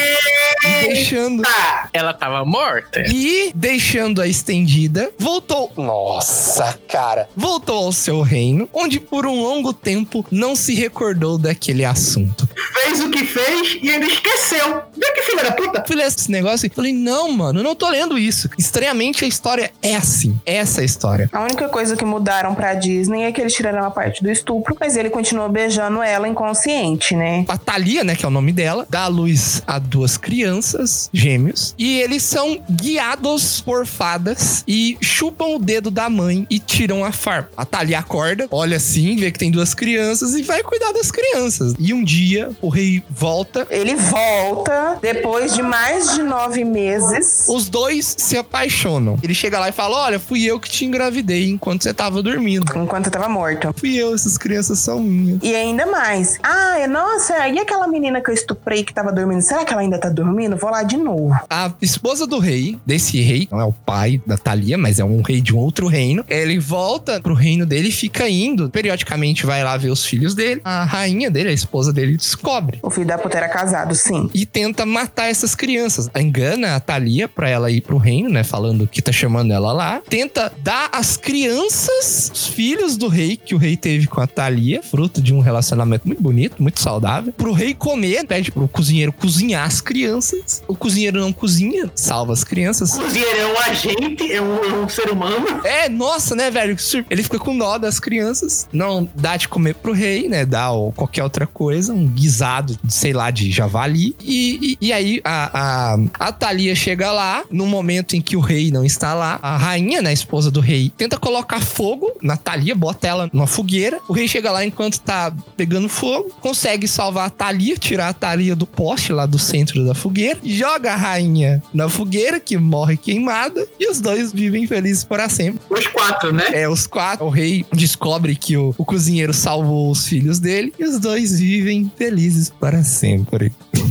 E deixando... Ela tava morta? E, deixando-a estendida, voltou... Nossa, cara! Voltou ao seu reino, onde por um longo tempo não se recordou daquele assunto. Fez o que fez e ainda esqueceu. Vê que filha da puta! Fui ler esse negócio e falei, não, mano, eu não tô lendo isso. Estranhamente, a história é assim. Essa é a história. A única coisa que mudaram pra Disney é que eles tiraram a parte do estupro, mas ele continuou beijando ela inconsciente, né? A Thalia, né, que é o nome dela, dá à luz a duas crianças, gêmeos, e eles são guiados por fadas e chupam o dedo da mãe e tiram a farpa. A Thalia acorda, olha assim, vê que tem duas crianças e vai cuidar das crianças. E um dia, o rei volta. Ele volta depois de mais de nove meses. Os dois se apaixonam. Ele chega lá e fala, olha, fui eu que te engravidei enquanto você tava dormindo. Enquanto eu tava morto. Fui eu, essas crianças são minhas. E ainda mais. Ah, nossa, e aquela menina que eu estuprei que tava dormindo? Será que ela ainda tá dormindo? Vou lá de novo. A esposa do rei, desse rei, não é o pai da Thalia, mas é um rei de um outro reino. Ele volta pro reino dele e fica indo. Periodicamente vai lá ver os filhos dele. A rainha dele, a esposa dele, descobre. O filho da puta era casado, sim. E tenta matar essas crianças. Engana a Thalia pra ela ir pro reino, né? Falando que tá chamando ela lá. Tenta dar as crianças, os filhos do rei, que o rei teve com a Thalia, fruto de um relacionamento muito bonito, muito saudável, pro rei comer. Pede pro cozinheiro cozinhar as crianças. O cozinheiro não cozinha, salva as crianças. O cozinheiro é um agente, é um, é um ser humano. É, nossa, né, velho? Ele fica com dó das crianças. Não dá de comer pro rei, né? Dá ou qualquer outra coisa, um guisado, sei lá, de javali. E, e, e aí a, a, a Thalia chega lá, no momento em que o rei não está lá. A rainha, né, a esposa do rei, tenta colocar fogo na Thalia, bota ela numa fogueira. O rei chega lá enquanto tá pegando fogo, consegue salvar a Thalia, tirar a Thalia do poste lá do centro da fogueira, joga a rainha na fogueira, que morre queimada, e os dois vivem felizes para sempre. Os quatro, né? É, os quatro. O rei descobre que o, o cozinheiro salvou os filhos dele, e os dois vivem felizes para sempre.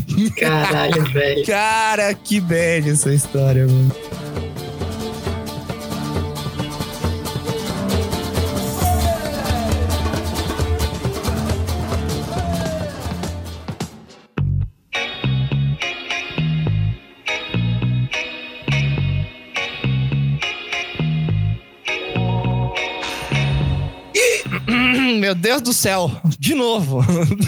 Caralho, velho. Cara, que bad essa história, mano. Hum, meu Deus do céu. De novo.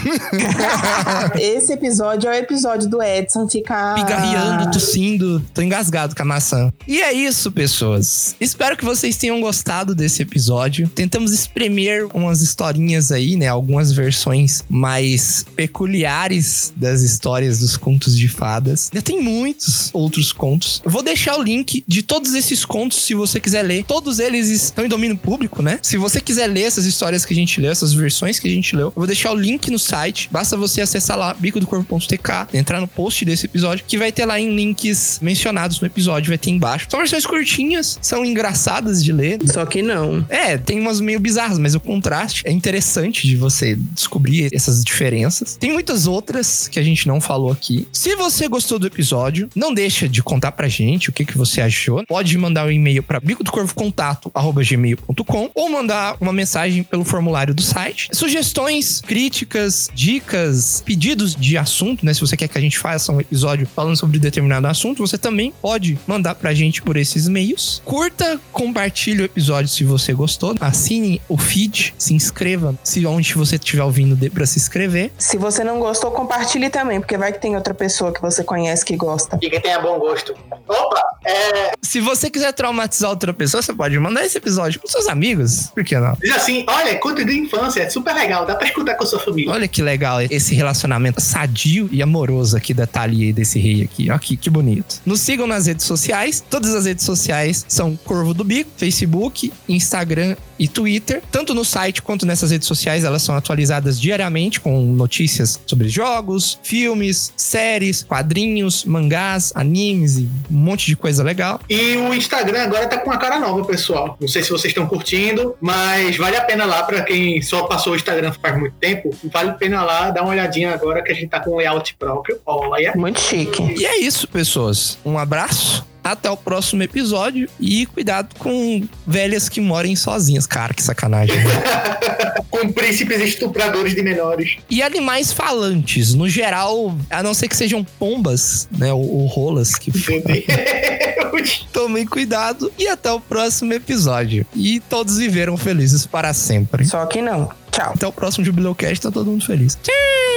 Esse episódio é o episódio do Edson ficar... pigarreando, tossindo. Tô engasgado com a maçã. E é isso, pessoas. Espero que vocês tenham gostado desse episódio. Tentamos espremer umas historinhas aí, né? Algumas versões mais peculiares das histórias dos contos de fadas. Já tem muitos outros contos. Eu vou deixar o link de todos esses contos, se você quiser ler. Todos eles estão em domínio público, né? Se você quiser ler essas histórias que a gente leu, essas versões que a gente leu, eu vou deixar o link no site. Basta você acessar lá, bico do corvo ponto t k, entrar no post desse episódio, que vai ter lá em links mencionados no episódio, vai ter embaixo. São versões curtinhas, são engraçadas de ler. Só que não. É, tem umas meio bizarras, mas o contraste é interessante de você descobrir essas diferenças. Tem muitas outras que a gente não falou aqui. Se você gostou do episódio, não deixa de contar pra gente o que, que você achou. Pode mandar um e-mail pra bico do corvo contato arroba gmail ponto com ou mandar uma mensagem pelo formulário do site. Sugestões, críticas, dicas, pedidos de assunto, né? Se você quer que a gente faça um episódio falando sobre determinado assunto, você também pode mandar pra gente por esses meios. Curta, compartilhe o episódio se você gostou. Assine o feed, se inscreva. Se onde você estiver ouvindo, dê pra se inscrever. Se você não gostou, compartilhe também, porque vai que tem outra pessoa que você conhece que gosta. E que tenha bom gosto. Opa! É... Se você quiser traumatizar outra pessoa, você pode mandar esse episódio com seus amigos. Por que não? Diz assim, olha, conto de infância, é super legal, dá pra escutar com a sua família. Olha que legal esse relacionamento sadio e amoroso aqui da Thalia e desse rei aqui. Olha que, que bonito. Nos sigam nas redes sociais. Todas as redes sociais são Corvo do Bico, Facebook, Instagram e Twitter. Tanto no site quanto nessas redes sociais, elas são atualizadas diariamente com notícias sobre jogos, filmes, séries, quadrinhos, mangás, animes e um monte de coisa legal. E o Instagram agora tá com uma cara nova, pessoal. Não sei se vocês estão curtindo, mas vale a pena lá pra quem só passou o Instagram faz muito tempo. Vale a pena lá dar uma olhadinha agora que a gente tá com um layout próprio. Olha. Muito chique. E é isso, pessoas. Um abraço. Até o próximo episódio. E cuidado com velhas que morem sozinhas. Cara, que sacanagem. Com príncipes estupradores de menores. E animais falantes. No geral, a não ser que sejam pombas, né? Ou, ou rolas. Que tomem cuidado. E até o próximo episódio. E todos viveram felizes para sempre. Só que não. Tchau. Até o próximo Jubileu Cast. Tá todo mundo feliz. Tchau.